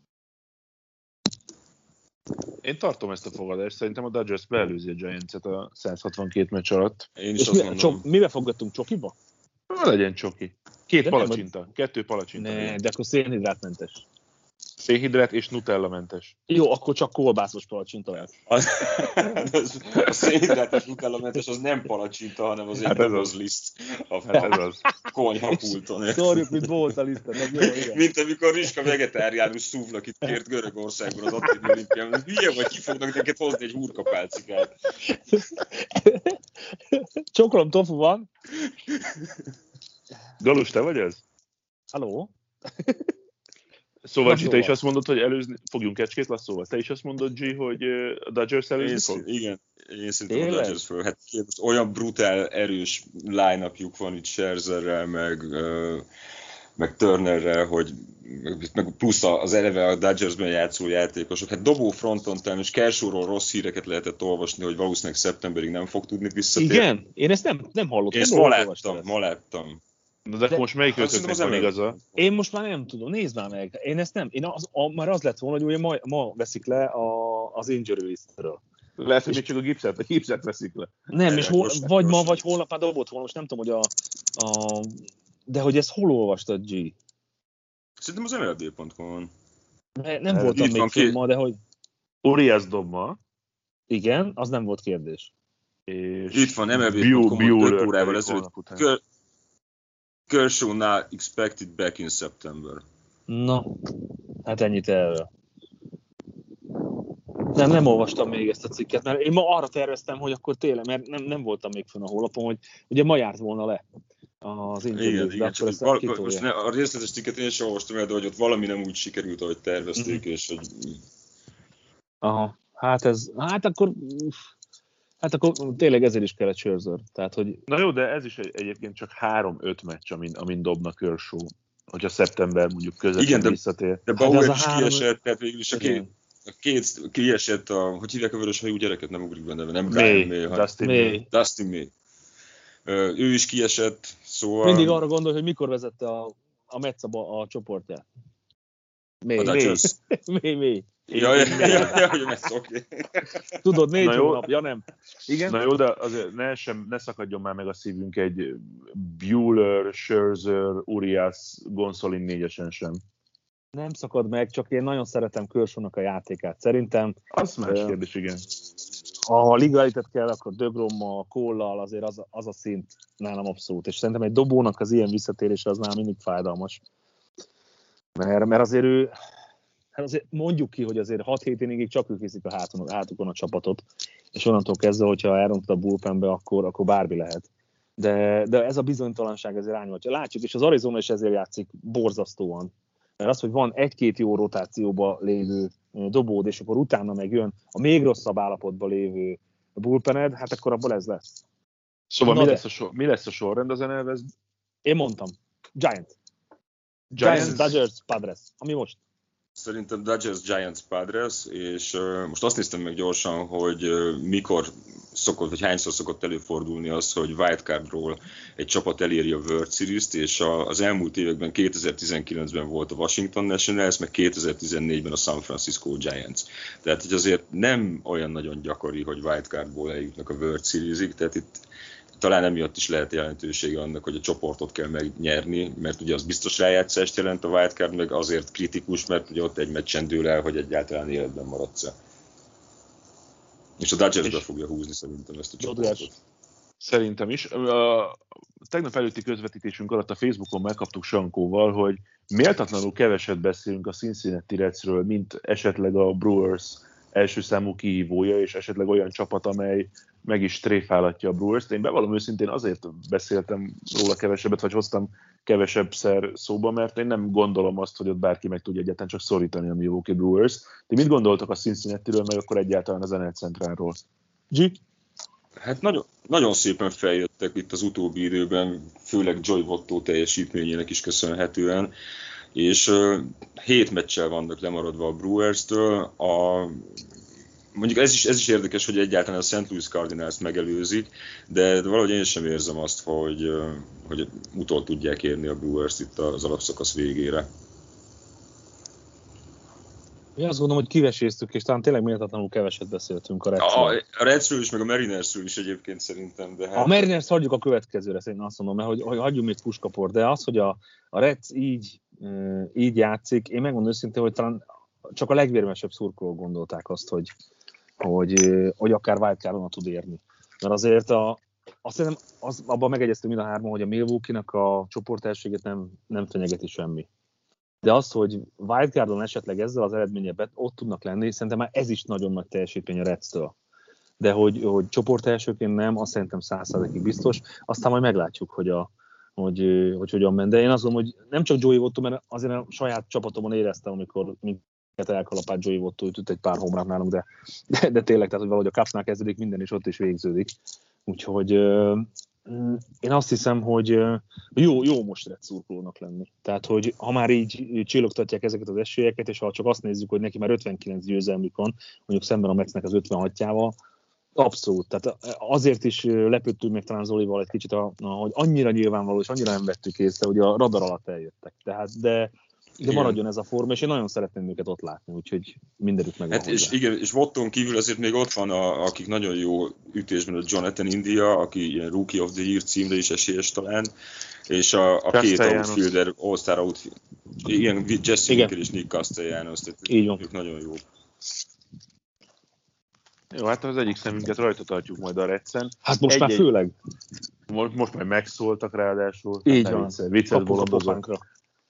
Én tartom ezt a fogadást, szerintem a Dodgers beelőzi a Giants-et a száz hatvankét meccs alatt. Én is és azt mi, mondom. Csok, mivel fogadtunk, csokiba? Na, legyen csoki. Két de palacsinta, nem, kettő palacsinta. Ne, de akkor szénhidrátmentes. Szénhidrát és nutellamentes. Jó, akkor csak kolbászos palacsinta lehet. A szénhidrátos nutellamentes az nem palacsinta, hanem az hát egy dobozliszt a hát ez az. konyhapulton. Szórjuk, mint volt a lisztet. Jó, igen. Mint amikor Rizska vegetáriánus szúvlakit kért Görögországban az Attini olimpián. Hülye vagy, ki fognak neked hozni egy hurkapálcikát. Csokolom tofu van. Galus, te vagy ez? Halló? Szóval, G, te is azt mondod, hogy előzni, fogjunk kecskét lasszóval. Te is azt mondod, G, hogy a Dodgers előzni fog? Igen, én szerintem a Dodgers föl. Hát most olyan brutál, erős line-upjuk van itt Scherzerrel, meg, meg Turnerrel, hogy meg plusz az eleve a Dodgersben játszó játékosok. Hát dobó fronton talán, és Kershawról rossz híreket lehetett olvasni, hogy valószínűleg szeptemberig nem fog tudni visszatérni. Igen? Én ezt nem, nem hallottam. Én ezt ma láttam, ma láttam. De, de, de most melyik ötöknek van igaza? Én most már nem tudom, nézd már meg. Én ezt nem, én az, a, már az lett volna, hogy ugye ma, ma veszik le a, az injury listről. Lehet, hogy még csak a gipszet, a gipszet veszik le. Nem, és hol, vagy ma, vagy holnap már dobott volna, most nem tudom, hogy a, a... De hogy ezt hol olvastad, G? Szerintem az em el bé pont com-on. Nem, nem voltam még film ma, de hogy... Urias dob ma. Igen, az nem volt kérdés. És itt van em el bé pont com-on öt órával ezelőtt. Kershaw now expected back in September. Na, hát ennyit erről. Nem, nem olvastam még ezt a cikket, mert én ma arra terveztem, hogy akkor tényleg, mert nem, nem voltam még fönn a honlapon, hogy ugye ma járt volna le az igen, Injuries, igen, csak val- most ne, a részletes cikket én sem olvastam el, de hogy ott valami nem úgy sikerült, ahogy tervezték, uh-huh. és hogy... Aha, hát ez, hát akkor... Hát akkor tényleg ezért is kellett Scherzer. Tehát, hogy... Na jó, de ez is egy, egyébként csak három-öt meccs, amin, amin dobnak Kershaw, hogyha szeptember mondjuk közepén visszatér. De Bauer hát is három... kiesett, tehát végül is a két, a két kiesett, a, hogy hívják a vörös hajú gyereket, nem ugrik benne, nem Brian May, hanem Dustin May. Dustin May. Ő is kiesett, szóval... Mindig arra gondolj, hogy mikor vezette a, a Mets a, a csoportját. May. A Dodgers. May, May. Ja, ja, ja, ja, hogy Mets, oké. Tudod, négy hónapja, nem? Igen? Na jó, de azért ne, sem, ne szakadjon már meg a szívünk egy Buehler, Scherzer, Urias, Gonsolin négyesen sem. Nem szakad meg, csak én nagyon szeretem Kershawnak a játékát. Szerintem... Az más uh, kérdés, igen. Ha a liga elitet kell, akkor DeGrommal, Cole-lal azért az, az a szint nálam abszolút. És szerintem egy dobónak az ilyen visszatérése az nálam mindig fájdalmas. Mert, mert azért ő... Hát azért mondjuk ki, hogy azért hat-hét inningig csak ők viszik a háton, a hátukon a csapatot, és onnantól kezdve, hogyha elrontod a bullpenbe, akkor, akkor bármi lehet. De, de ez a bizonytalanság azért ányolja. Látjuk, és az Arizona is ezért játszik borzasztóan. Mert az, hogy van egy-két jó rotációba lévő dobód, és akkor utána meg jön a még rosszabb állapotban lévő bullpened, hát akkor abból ez lesz. Szóval mi lesz, a sor, mi lesz a sorrend az en el-ben? Én mondtam. Giants. Giants, Giants Dodgers, Padres. Ami most. Szerintem Dodgers, Giants, Padres, és uh, most azt néztem meg gyorsan, hogy uh, mikor szokott, vagy hányszor szokott előfordulni az, hogy wildcardról egy csapat eléri a World Series-t, és a, az elmúlt években kétezer-tizenkilencben volt a Washington Nationals, meg kétezer-tizennégyben a San Francisco Giants. Tehát hogy azért nem olyan nagyon gyakori, hogy wildcardból eljutnak a World Series-ig, tehát itt talán emiatt is lehet jelentősége annak, hogy a csoportot kell megnyerni, mert ugye az biztos rájátszást jelent, a wildcard meg azért kritikus, mert ugye ott egy meccsen dől el, hogy egyáltalán életben maradsz-e. És a Dodgers be fogja húzni szerintem ezt a csoportot. Szerintem is. A tegnap előtti közvetítésünk alatt a Facebookon megkaptuk Sankóval, hogy méltatlanul keveset beszélünk a Cincinnati Redsről, mint esetleg a Brewers első számú kihívója, és esetleg olyan csapat, amely meg is tréfálhatja a Brewers-t. Én bevallom őszintén azért beszéltem róla kevesebbet, vagy hoztam kevesebbszer szóba, mert én nem gondolom azt, hogy ott bárki meg tudja egyáltalán csak szorítani a Milwaukee Brewers. Ti mit gondoltak a Cincinnati-ről, meg akkor egyáltalán az en el Centrálról? G? Hát nagyon, nagyon szépen feljöttek itt az utóbbi időben, főleg Joey Votto teljesítményének is köszönhetően, és uh, hét meccsel vannak lemaradva a Brewers-től. A Mondjuk ez is, ez is érdekes, hogy egyáltalán a Saint Louis Cardinals megelőzik, de valahogy én sem érzem azt, hogy, hogy utol tudják érni a Brewers itt az alapszakasz végére. Én azt gondolom, hogy kiveséztük, és talán tényleg méltatlanul keveset beszéltünk a Redsről. A, a Redsről is, meg a Marinersről is egyébként szerintem. De hát... A Mariners hagyjuk a következőre, szerintem azt mondom, mert hogy, hogy hagyjuk még puskaport, de az, hogy a, a Reds így, így játszik, én megmondom őszintén, hogy talán csak a legvérmesebb szurkolók gondolták azt, hogy hogy, hogy akár wildcardon tud érni. Mert azért a, azt hiszem, az, abban megegyeztünk mind a hárman, hogy a Milwaukee-nak a csoportelsőségét nem, nem fenyegeti semmi. De az, hogy wildcardon esetleg ezzel az eredményebben ott tudnak lenni, szerintem már ez is nagyon nagy teljesítmény a Redstől. De hogy, hogy csoportelsőként nem, azt szerintem száz százalékig biztos. Aztán majd meglátjuk, hogy, a, hogy, hogy hogyan ment. De én azt gondolom, hogy nem csak Joey Votto, mert azért a saját csapatomon éreztem, amikor elkalapált Joey Votto, ütött egy pár homrát nálunk, de, de, de tényleg, tehát, hogy valahogy a Cupsnál kezdődik minden, és ott is végződik. Úgyhogy euh, én azt hiszem, hogy euh, jó, jó most Red szurkolónak lenni. Tehát, hogy ha már így csillogtatják ezeket az esélyeket, és ha csak azt nézzük, hogy neki már ötvenkilenc győzelmük van, mondjuk szemben a Metsnek az ötvenhatjával, abszolút. Tehát azért is lepődtünk meg talán Zolival egy kicsit, a, a, hogy annyira nyilvánvaló, és annyira nem vettük észre, hogy a radar alatt eljöttek. Tehát, de De maradjon ez a forma, és én nagyon szeretném őket ott látni, úgyhogy mindenütt meg hát és igen, és Votton kívül azért még ott van, a, akik nagyon jó ütésben, a Jonathan India, aki ilyen Rookie of the Year címre is esélyes talán, és a, a két outfielder, All-Star outfielder, igen, Jesse Winker és Nick Castellanos, tehát ők nagyon jó. Jó, hát az egyik szemünket rajta tartjuk majd a Redsen. Hát most egy, már főleg. Most, most már megszóltak ráadásul. Így hát van. Viccet bolondozok.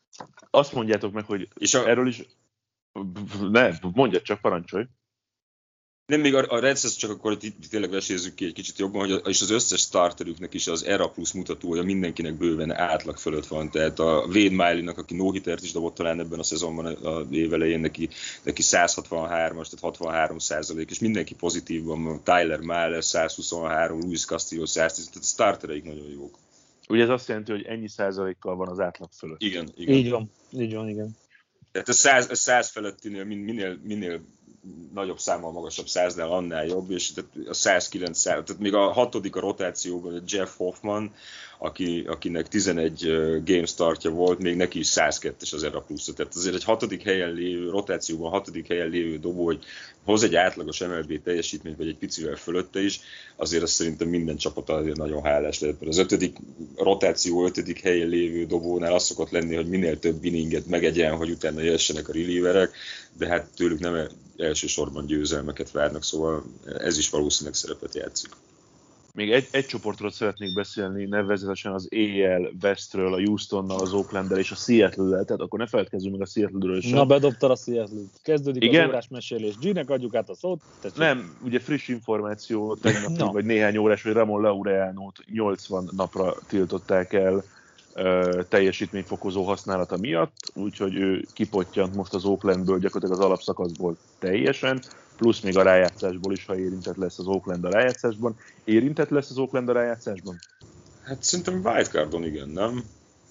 Azt mondjátok meg, hogy és a... erről is... Ne, mondjad csak, parancsolj. Nem, még a, a Reds, csak akkor tényleg vesézzük ki egy kicsit jobban, hogy a, és az összes starterüknek is az ERA plusz mutatója mindenkinek bőven átlag fölött van. Tehát a Wade Miley-nak, aki no-hittert is dobott talán ebben a szezonban az év elején, neki, neki száz hatvanhármas, tehát hatvanhárom százalék, és mindenki pozitívban van. Tyler Mahle száz huszonhárom, Luis Castillo száz tíz, tehát a startereik nagyon jók. Ugye ez azt jelenti, hogy ennyi százalékkal van az átlag fölött. Igen, igen. Így van, így van, igen. Tehát a száz, a száz felettinél minél, minél nagyobb számmal magasabb száznál, annál jobb, és a száz kilenc, tehát még a hatodik a rotációban Jeff Hoffman, aki, akinek tizenegy game startja volt, még neki is száz kettes az ERA plusz. Tehát azért egy hatodik helyen lévő, rotációban hatodik helyen lévő dobó, hogy hoz egy átlagos em el bé teljesítményt, vagy egy picivel fölötte is, azért azt szerintem minden csapat azért nagyon hálás lehet. Az ötödik a rotáció ötödik helyen lévő dobónál az szokott lenni, hogy minél több inninget megegyen, hogy utána jössenek a relieverek, de hát tőlük nem elsősorban győzelmeket várnak, szóval ez is valószínűleg szerepet játszik. Még egy, egy csoportról szeretnék beszélni, nevezetesen az á el Westről, a Houstonnal, az Oaklanddel és a Seattle-del, tehát akkor ne feledkezzünk meg a Seattle-ről sem. Na, bedobtad a Seattle-t. Kezdődik Igen? az órás mesélés. G-nek adjuk át a szót. Tessék. Nem, ugye friss információ, tegnap, No. vagy néhány órás, hogy Ramon Laureanót nyolcvan napra tiltották el uh, teljesítményfokozó használata miatt, úgyhogy ő kipottyant most az Oaklandből, gyakorlatilag az alapszakaszból teljesen, plusz még a rájátszásból is, ha érintett lesz az Oakland a rájátszásban. Érintett lesz az Oakland a rájátszásban? Hát szerintem wildcardon igen, nem?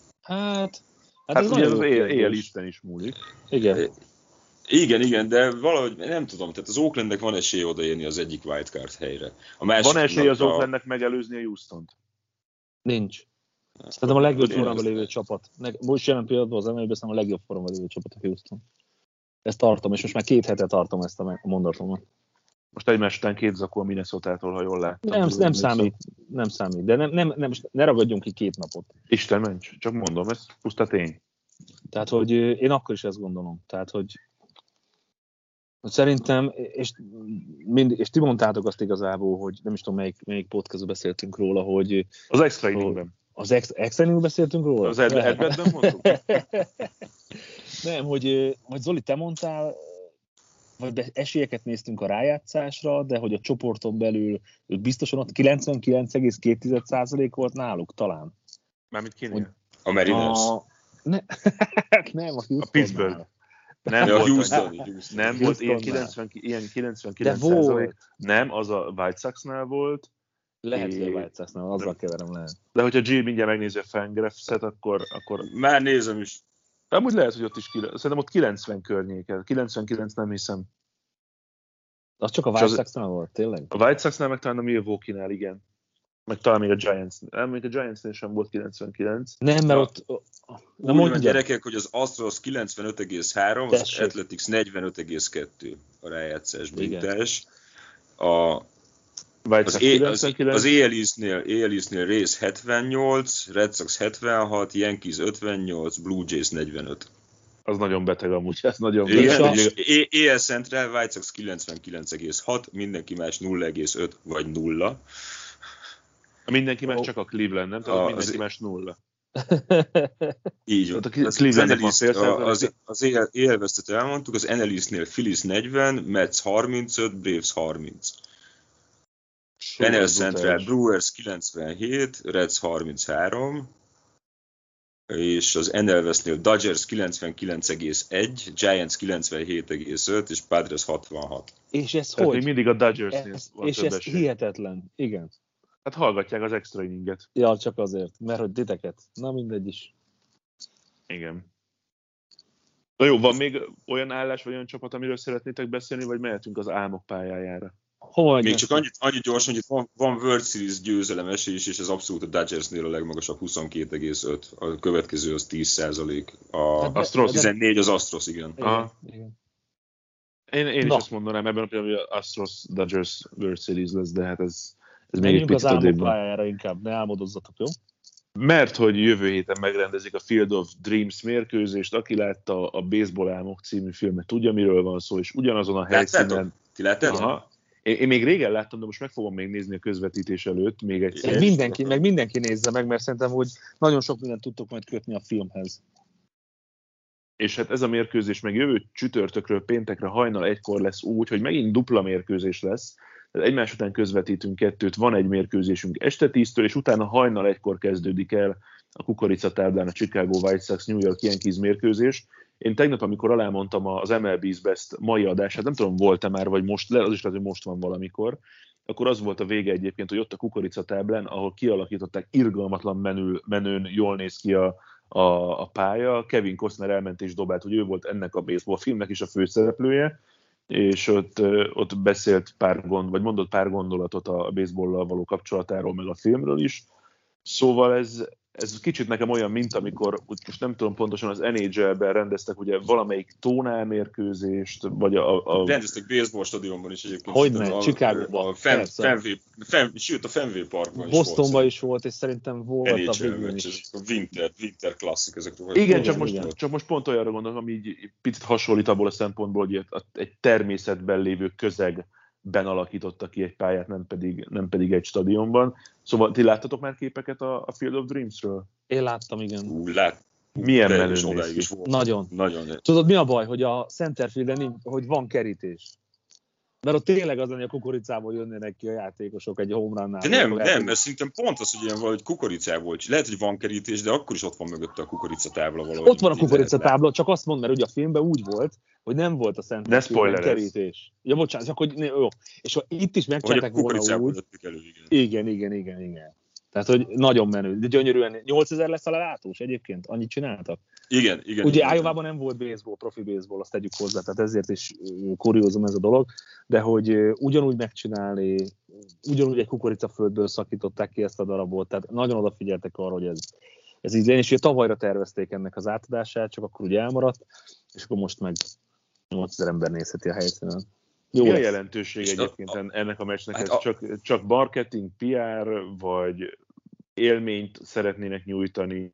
Hát, hát, Hát ez ugye az nagyon jó á el kérdés. Isten is múlik. Igen. Igen, igen, de valahogy nem tudom, tehát az Oaklandnek van esély odaérni az egyik wildcard helyre. A másik Van esély az a... Oaklandnek megelőzni a Houstont? Nincs. Szerintem a legjobb Én formában azt- lévő csapat. Most jelen pillanatban az em el bé-ben a legjobb formában lévő csapat a Houston. Ezt tartom, és most már két hete tartom ezt a mondatomat. Most egymás után két zakó a Minnesota-tól, ha jól láttam. Nem, nem számít, nem számít, de nem, nem, nem, ne ragadjunk ki két napot. Isten ments, csak mondom, ez puszta tény. Tehát, hogy ö, én akkor is ezt gondolom. Tehát, hogy hogy szerintem, és, mind, és ti mondtátok azt igazából, hogy nem is tudom, melyik, melyik podcastban beszéltünk róla, hogy Az extra inningben. az extra, extra inningben beszéltünk róla? Az Edvedben mondtuk? Nem, hogy, hogy Zoli, te mondtál, vagy esélyeket néztünk a rájátszásra, de hogy a csoporton belül ők biztosan ott kilencvenkilenc egész két százalék volt náluk talán. Mármint kinél? A Mariners. A, ne, nem, a Houston. A Pittsburgh. Nem, Ja, a volt, Houston. nem, Houston. nem volt ilyen, Houstonnál. kilencven, ilyen kilencvenkilenc De volt. százalék. Nem, az a White Sox-nál volt. Lehet, hogy a É. White Sox-nál, azzal keverem lehet. De hogyha G mindjárt megnézi a Fangraphs-et, akkor, akkor Már nézem is. amúgy lehet, hogy ott is, kile- szerintem ott kilencven környéken. kilencvenkilenc nem hiszem. Az csak a És White az- Sox-nál volt, tényleg? A White Sox-nál, meg talán a Milwaukee-nál, igen. Meg talán még a Giants, nem, még a Giants-nél sem volt kilencvenkilenc. Nem, mert Ja. ott... Na, Úgy van, mondjad. gyerekek, hogy az Astros kilencvenöt egész három, az Tessék. Athletics negyvenöt egész kettő a rájátszás Igen. bintás. A, White az, Sox é, az, kilencvenkilenc. az á el East-nél, á el East-nél Rays hetvennyolc, Red Sox hetvenhat, Yankees ötvennyolc, Blue Jays negyvenöt. Az nagyon beteg amúgy, ez nagyon Igen, beteg. és á el Central, White Sox kilencvenkilenc egész hat, mindenki más nulla egész öt vagy nulla. Mindenki más csak a Cleveland, nem? Tehát A- mindenki az- más nulla. Így van. Tehát a Az, Clevelandnek az, van fél százalék. az, az á el West-et elmondtuk, az en el East-nél Phillies negyven, Mets harmincöt, Braves harminc. en el Central, Brewers kilencvenhét, Reds harminchárom, és az en el Westnél Dodgers kilencvenkilenc egész egy, Giants kilencvenhét egész öt, és Padres hatvanhat. És ez Tehát még hogy? mindig a Dodgersnél Ez, van és több ez esély. hihetetlen. Igen. Hát hallgatják az extra inninget. Ja, csak azért, mert hogy titeket. Na mindegy is. Igen. Na jó, van még olyan állás, vagy olyan csapat, amiről szeretnétek beszélni, vagy mehetünk az álmok pályájára? Hova Még csak annyit, annyit gyorsan, hogy itt van, van World Series győzelem esély is, és ez abszolút a Dodgersnél a legmagasabb huszonkettő egész öt. A következő az tíz százalék. A Hát de- Astros de- tizennégy az Astros, igen. Igen, Aha. igen. Én, én is Na. azt mondanám ebben a pillanatban, hogy Astros Dodgers World Series lesz, de hát ez, ez még egy Menjünk az picit álmok odébb van. pályájára inkább, ne álmodozzatok, jó? Mert hogy jövő héten megrendezik a Field of Dreams mérkőzést, aki látta a Baseball Álmok című filmet, tudja, miről van szó, és ugyanazon a helyszínen... Láttátok? Ti láttátok? Aha. Én, én még régen láttam, de most meg fogom még nézni a közvetítés előtt, még egyszer. Meg mindenki, meg mindenki nézze meg, mert szerintem, hogy nagyon sok mindent tudtok majd kötni a filmhez. és hát ez a mérkőzés meg jövő csütörtökről péntekre hajnal egykor lesz úgy, hogy megint dupla mérkőzés lesz, tehát egymás után közvetítünk kettőt, van egy mérkőzésünk este tíztől, és utána hajnal egykor kezdődik el a kukoricatáblán a Chicago White Sox New York Yankees mérkőzés. Én tegnap, amikor alámondtam az em el bé's Best mai adását, nem tudom, volt-e már, vagy most, az is lehet, hogy most van valamikor, akkor az volt a vége egyébként, hogy ott a kukoricatáblán, ahol kialakították, irgalmatlan menő, menőn jól néz ki a, a, a pálya, Kevin Costner elment és dobált, hogy ő volt ennek a baseball filmnek is a főszereplője, és ott, ott beszélt pár gond, vagy mondott pár gondolatot a baseballlal való kapcsolatáról, meg a filmről is. Szóval ez, ez kicsit nekem olyan, mint amikor, most nem tudom pontosan, az en há el-ben rendeztek ugye valamelyik tónál mérkőzést, vagy a... a... Rendeztek baseball stadionban is egyébként. Hogyne, Chicagóban. A Fen, Fenway, Fen, sőt, a Fenway Parkban is Bostonban volt. is volt, és szerintem volt en há el a végén is. A Winter, Winter Classic, ezekről. Igen, igen, csak, most, igen. csak most pont olyanra gondolom, ami így picit hasonlít abból a szempontból, hogy egy természetben lévő közegben alakította ki egy pályát, nem pedig, nem pedig egy stadionban. Szóval ti láttatok már képeket a, a Field of Dreams-ről? Én láttam, igen. Ú, lát, Milyen menő menőn odáig néz is ki. volt. Nagyon. Nagyon. Tudod, mi a baj, hogy a centerfielden nincs, hogy van kerítés. Mert ott tényleg az, hogy a kukoricából jönnének ki a játékosok egy home runnál. De nem, nem, mert szerintem pont az, hogy ilyen valahogy kukoricából. Lehet, hogy van kerítés, de akkor is ott van mögötte a kukoricatábla valahogy. Ott van a kukoricatábla, csak azt mondd, mert ugye a filmben úgy volt, hogy nem volt a centerfielden kerítés. Ja, bocsánat, csak hogy jó. És itt is megcsinálták volna úgy. Elő, igen. igen, igen, igen, igen. Tehát, hogy nagyon menő. De gyönyörűen. nyolcezer lesz a lelátós egyébként? Annyit csináltak? Igen, igen. Ugye igen. Iowában nem volt baseball, profi baseball, azt tegyük hozzá, tehát ezért is kuriózum ez a dolog, de hogy ugyanúgy megcsinálni, ugyanúgy egy kukoricaföldből szakították ki ezt a darabot, tehát nagyon odafigyeltek arra, hogy ez, ez így legyen, és ugye tavalyra tervezték ennek az átadását, csak akkor ugye elmaradt, és akkor most meg nyolcezer ember nézheti a helyszínen. Jó Mi a jelentőség egyébként a, ennek a meccsnek? hát ez a, csak, csak marketing, pé er, vagy élményt szeretnének nyújtani?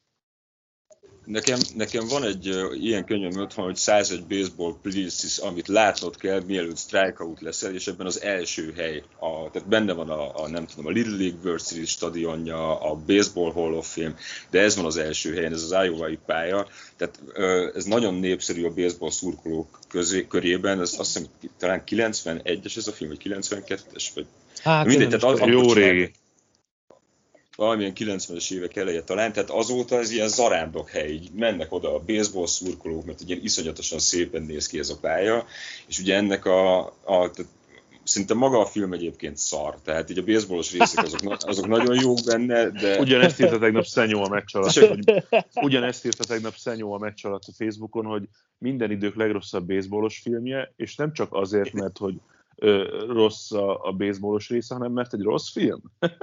Nekem, nekem van egy uh, ilyen könyvem ott van, hogy százegy baseball places, amit látnod kell, mielőtt strikeout leszel, és ebben az első hely. A, tehát benne van a, a, nem tudom, a Little League World Series stadionja, a Baseball Hall of Fame, de ez van az első helyen, ez az Iowai pálya. Tehát uh, ez nagyon népszerű a baseball szurkolók közé, körében, ez azt hiszem talán kilencvenegyes ez a film, vagy kilencvenkettes, vagy hát, mindegy, tehát az, jó régi. Valamilyen kilencvenes évek eleje talán, tehát azóta ez ilyen zarándok hely, így mennek oda a baseball szurkolók, mert ugye iszonyatosan szépen néz ki ez a pálya, és ugye ennek a, a tehát szinte maga a film egyébként szar, tehát így a baseballos részek azok, azok nagyon jók benne, de... Ugyanezt írta tegnap Szenyó a meccs alatt, hogy, ugyanezt írta tegnap Szenyó a meccs alatt a Facebookon, hogy minden idők legrosszabb baseballos filmje, és nem csak azért, mert hogy ö, rossz a, a baseballos része, hanem mert egy rossz film.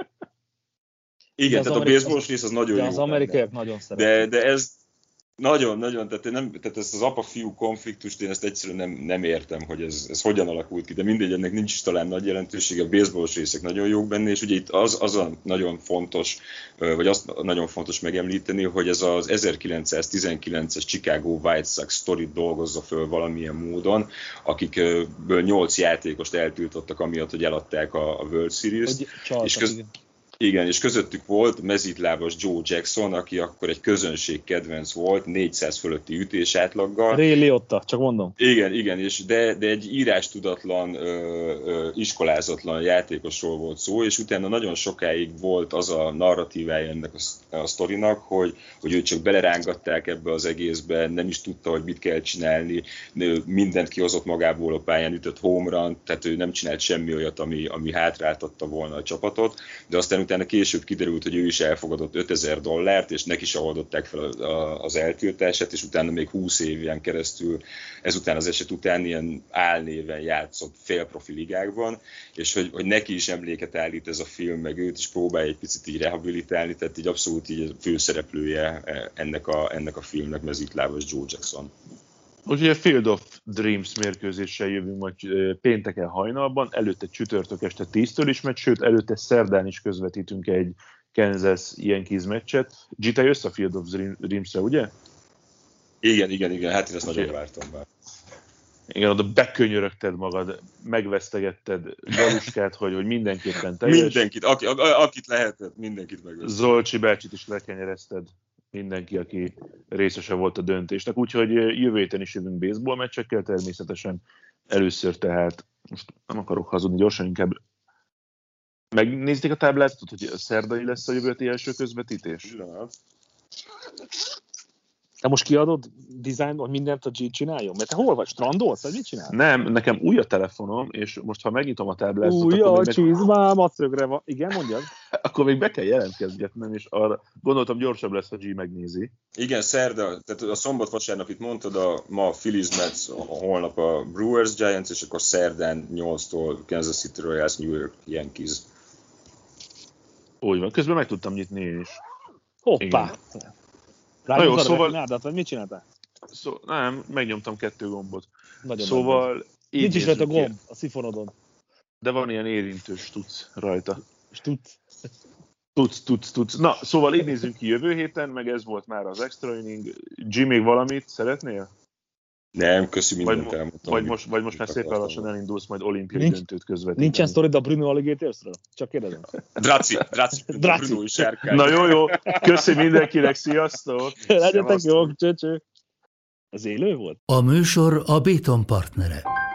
Igen, tehát amerikai, a baseballos rész az nagyon de jó. Az amerikaiak nagyon szeretik. De, de ez nagyon, nagyon, tehát, nem, tehát ezt az apa-fiú konfliktust én ezt egyszerűen nem, nem értem, hogy ez, ez hogyan alakult ki, de mindegy, ennek nincs is talán nagy jelentősége, a baseballos részek nagyon jók benne, és ugye itt az, az a nagyon fontos, vagy azt nagyon fontos megemlíteni, hogy ez az ezerkilencszáztizenkilences Chicago White Sox sztorit dolgozza föl valamilyen módon, akikből nyolc játékost eltiltottak amiatt, hogy eladták a, a World Series-t. És köz, Igen, és közöttük volt mezítlábas Joe Jackson, aki akkor egy közönség kedvenc volt, négyszáz fölötti ütés átlaggal. Ray Liotta, csak mondom. Igen, igen, és de, de egy írástudatlan, ö, ö, iskolázatlan játékosról volt szó, és utána nagyon sokáig volt az a narratívája ennek a, a sztorinak, hogy, hogy őt csak belerángatták ebbe az egészbe, nem is tudta, hogy mit kell csinálni, mindent kihozott magából a pályán, ütött home run, tehát ő nem csinált semmi olyat, ami, ami hátráltatta volna a csapatot, de aztán utána később kiderült, hogy ő is elfogadott ötezer dollárt, és neki se oldották fel az eltiltását, és utána még húsz éven keresztül, ezután az eset után ilyen álnéven játszott félprofi ligákban, és hogy, hogy neki is emléket állít ez a film, meg őt is próbálja egy picit így rehabilitálni, tehát így abszolút így főszereplője ennek a, ennek a filmnek mezítlábas Joe Jackson. Most ugye Field of Dreams mérkőzéssel jövünk majd pénteken hajnalban, előtte csütörtök este tíztől is meccs, sőt előtte szerdán is közvetítünk egy Kansas Yankees meccset. G, te jössz a Field of Dreams-re, ugye? Igen, igen, igen, hát én ezt nagyon vártam már. Igen, oda bekönyörögted magad, megvesztegetted Galuskát, hogy, hogy mindenképpen teljes. Mindenkit, aki, akit lehetett, mindenkit megvesztegetted. Zolcsi bácsit is lekenyerezted. mindenki, aki részese volt a döntésnek. Úgyhogy jövő héten is jövünk baseball meccsekkel, természetesen először tehát, most nem akarok hazudni, gyorsan inkább megnézték a táblázatot, hogy a szerdai lesz a jövő heti első közvetítés? Te most kiadod design, hogy mindent a G csináljon? Mert te hol vagy? Strandolsz, vagy mit csinálsz? Nem, nekem új a telefonom, és most ha megnyitom a táblázatot, új akkor, a még csizmám, a szögre van. Igen, mondjad? akkor még be kell jelentkezgetnem, és arra gondoltam gyorsabb lesz, ha G megnézi. Igen, szerda, tehát a szombat-vasárnap itt mondtad, a, ma a Phillies Mets, a holnap a Brewers Giants, és akkor szerdán nyolctól Kansas City Royals, New York Yankees. Úgy van, közben meg tudtam nyitni én is. Hoppá! Na jó, szóval... Nádat, vagy mit csináltál? Szó... Nem, megnyomtam kettő gombot. Nagyon szóval... Nincs is rajta gomb a szifonodon. De van ilyen érintős tudsz rajta. Tudsz. Tudsz, tudsz, tudsz. Na, szóval így nézzünk ki jövő héten, meg ez volt már az extra inning. G, még valamit szeretnél? Nem, köszi, mindent vagy, elmondtam. Vagy most, vagy most már szépen lassan elindulsz majd olimpiai Nincs, döntőt közvetíteni. Nincsen sztorid a Bruno Alligatorstről? Csak kérdezem. Draci, Draci, Draci. Bruno sárkány. Na jó, jó. Köszi mindenkinek, sziasztok! Legyetek jók, csöcsök! Az élő volt? A műsor a Béton partnere.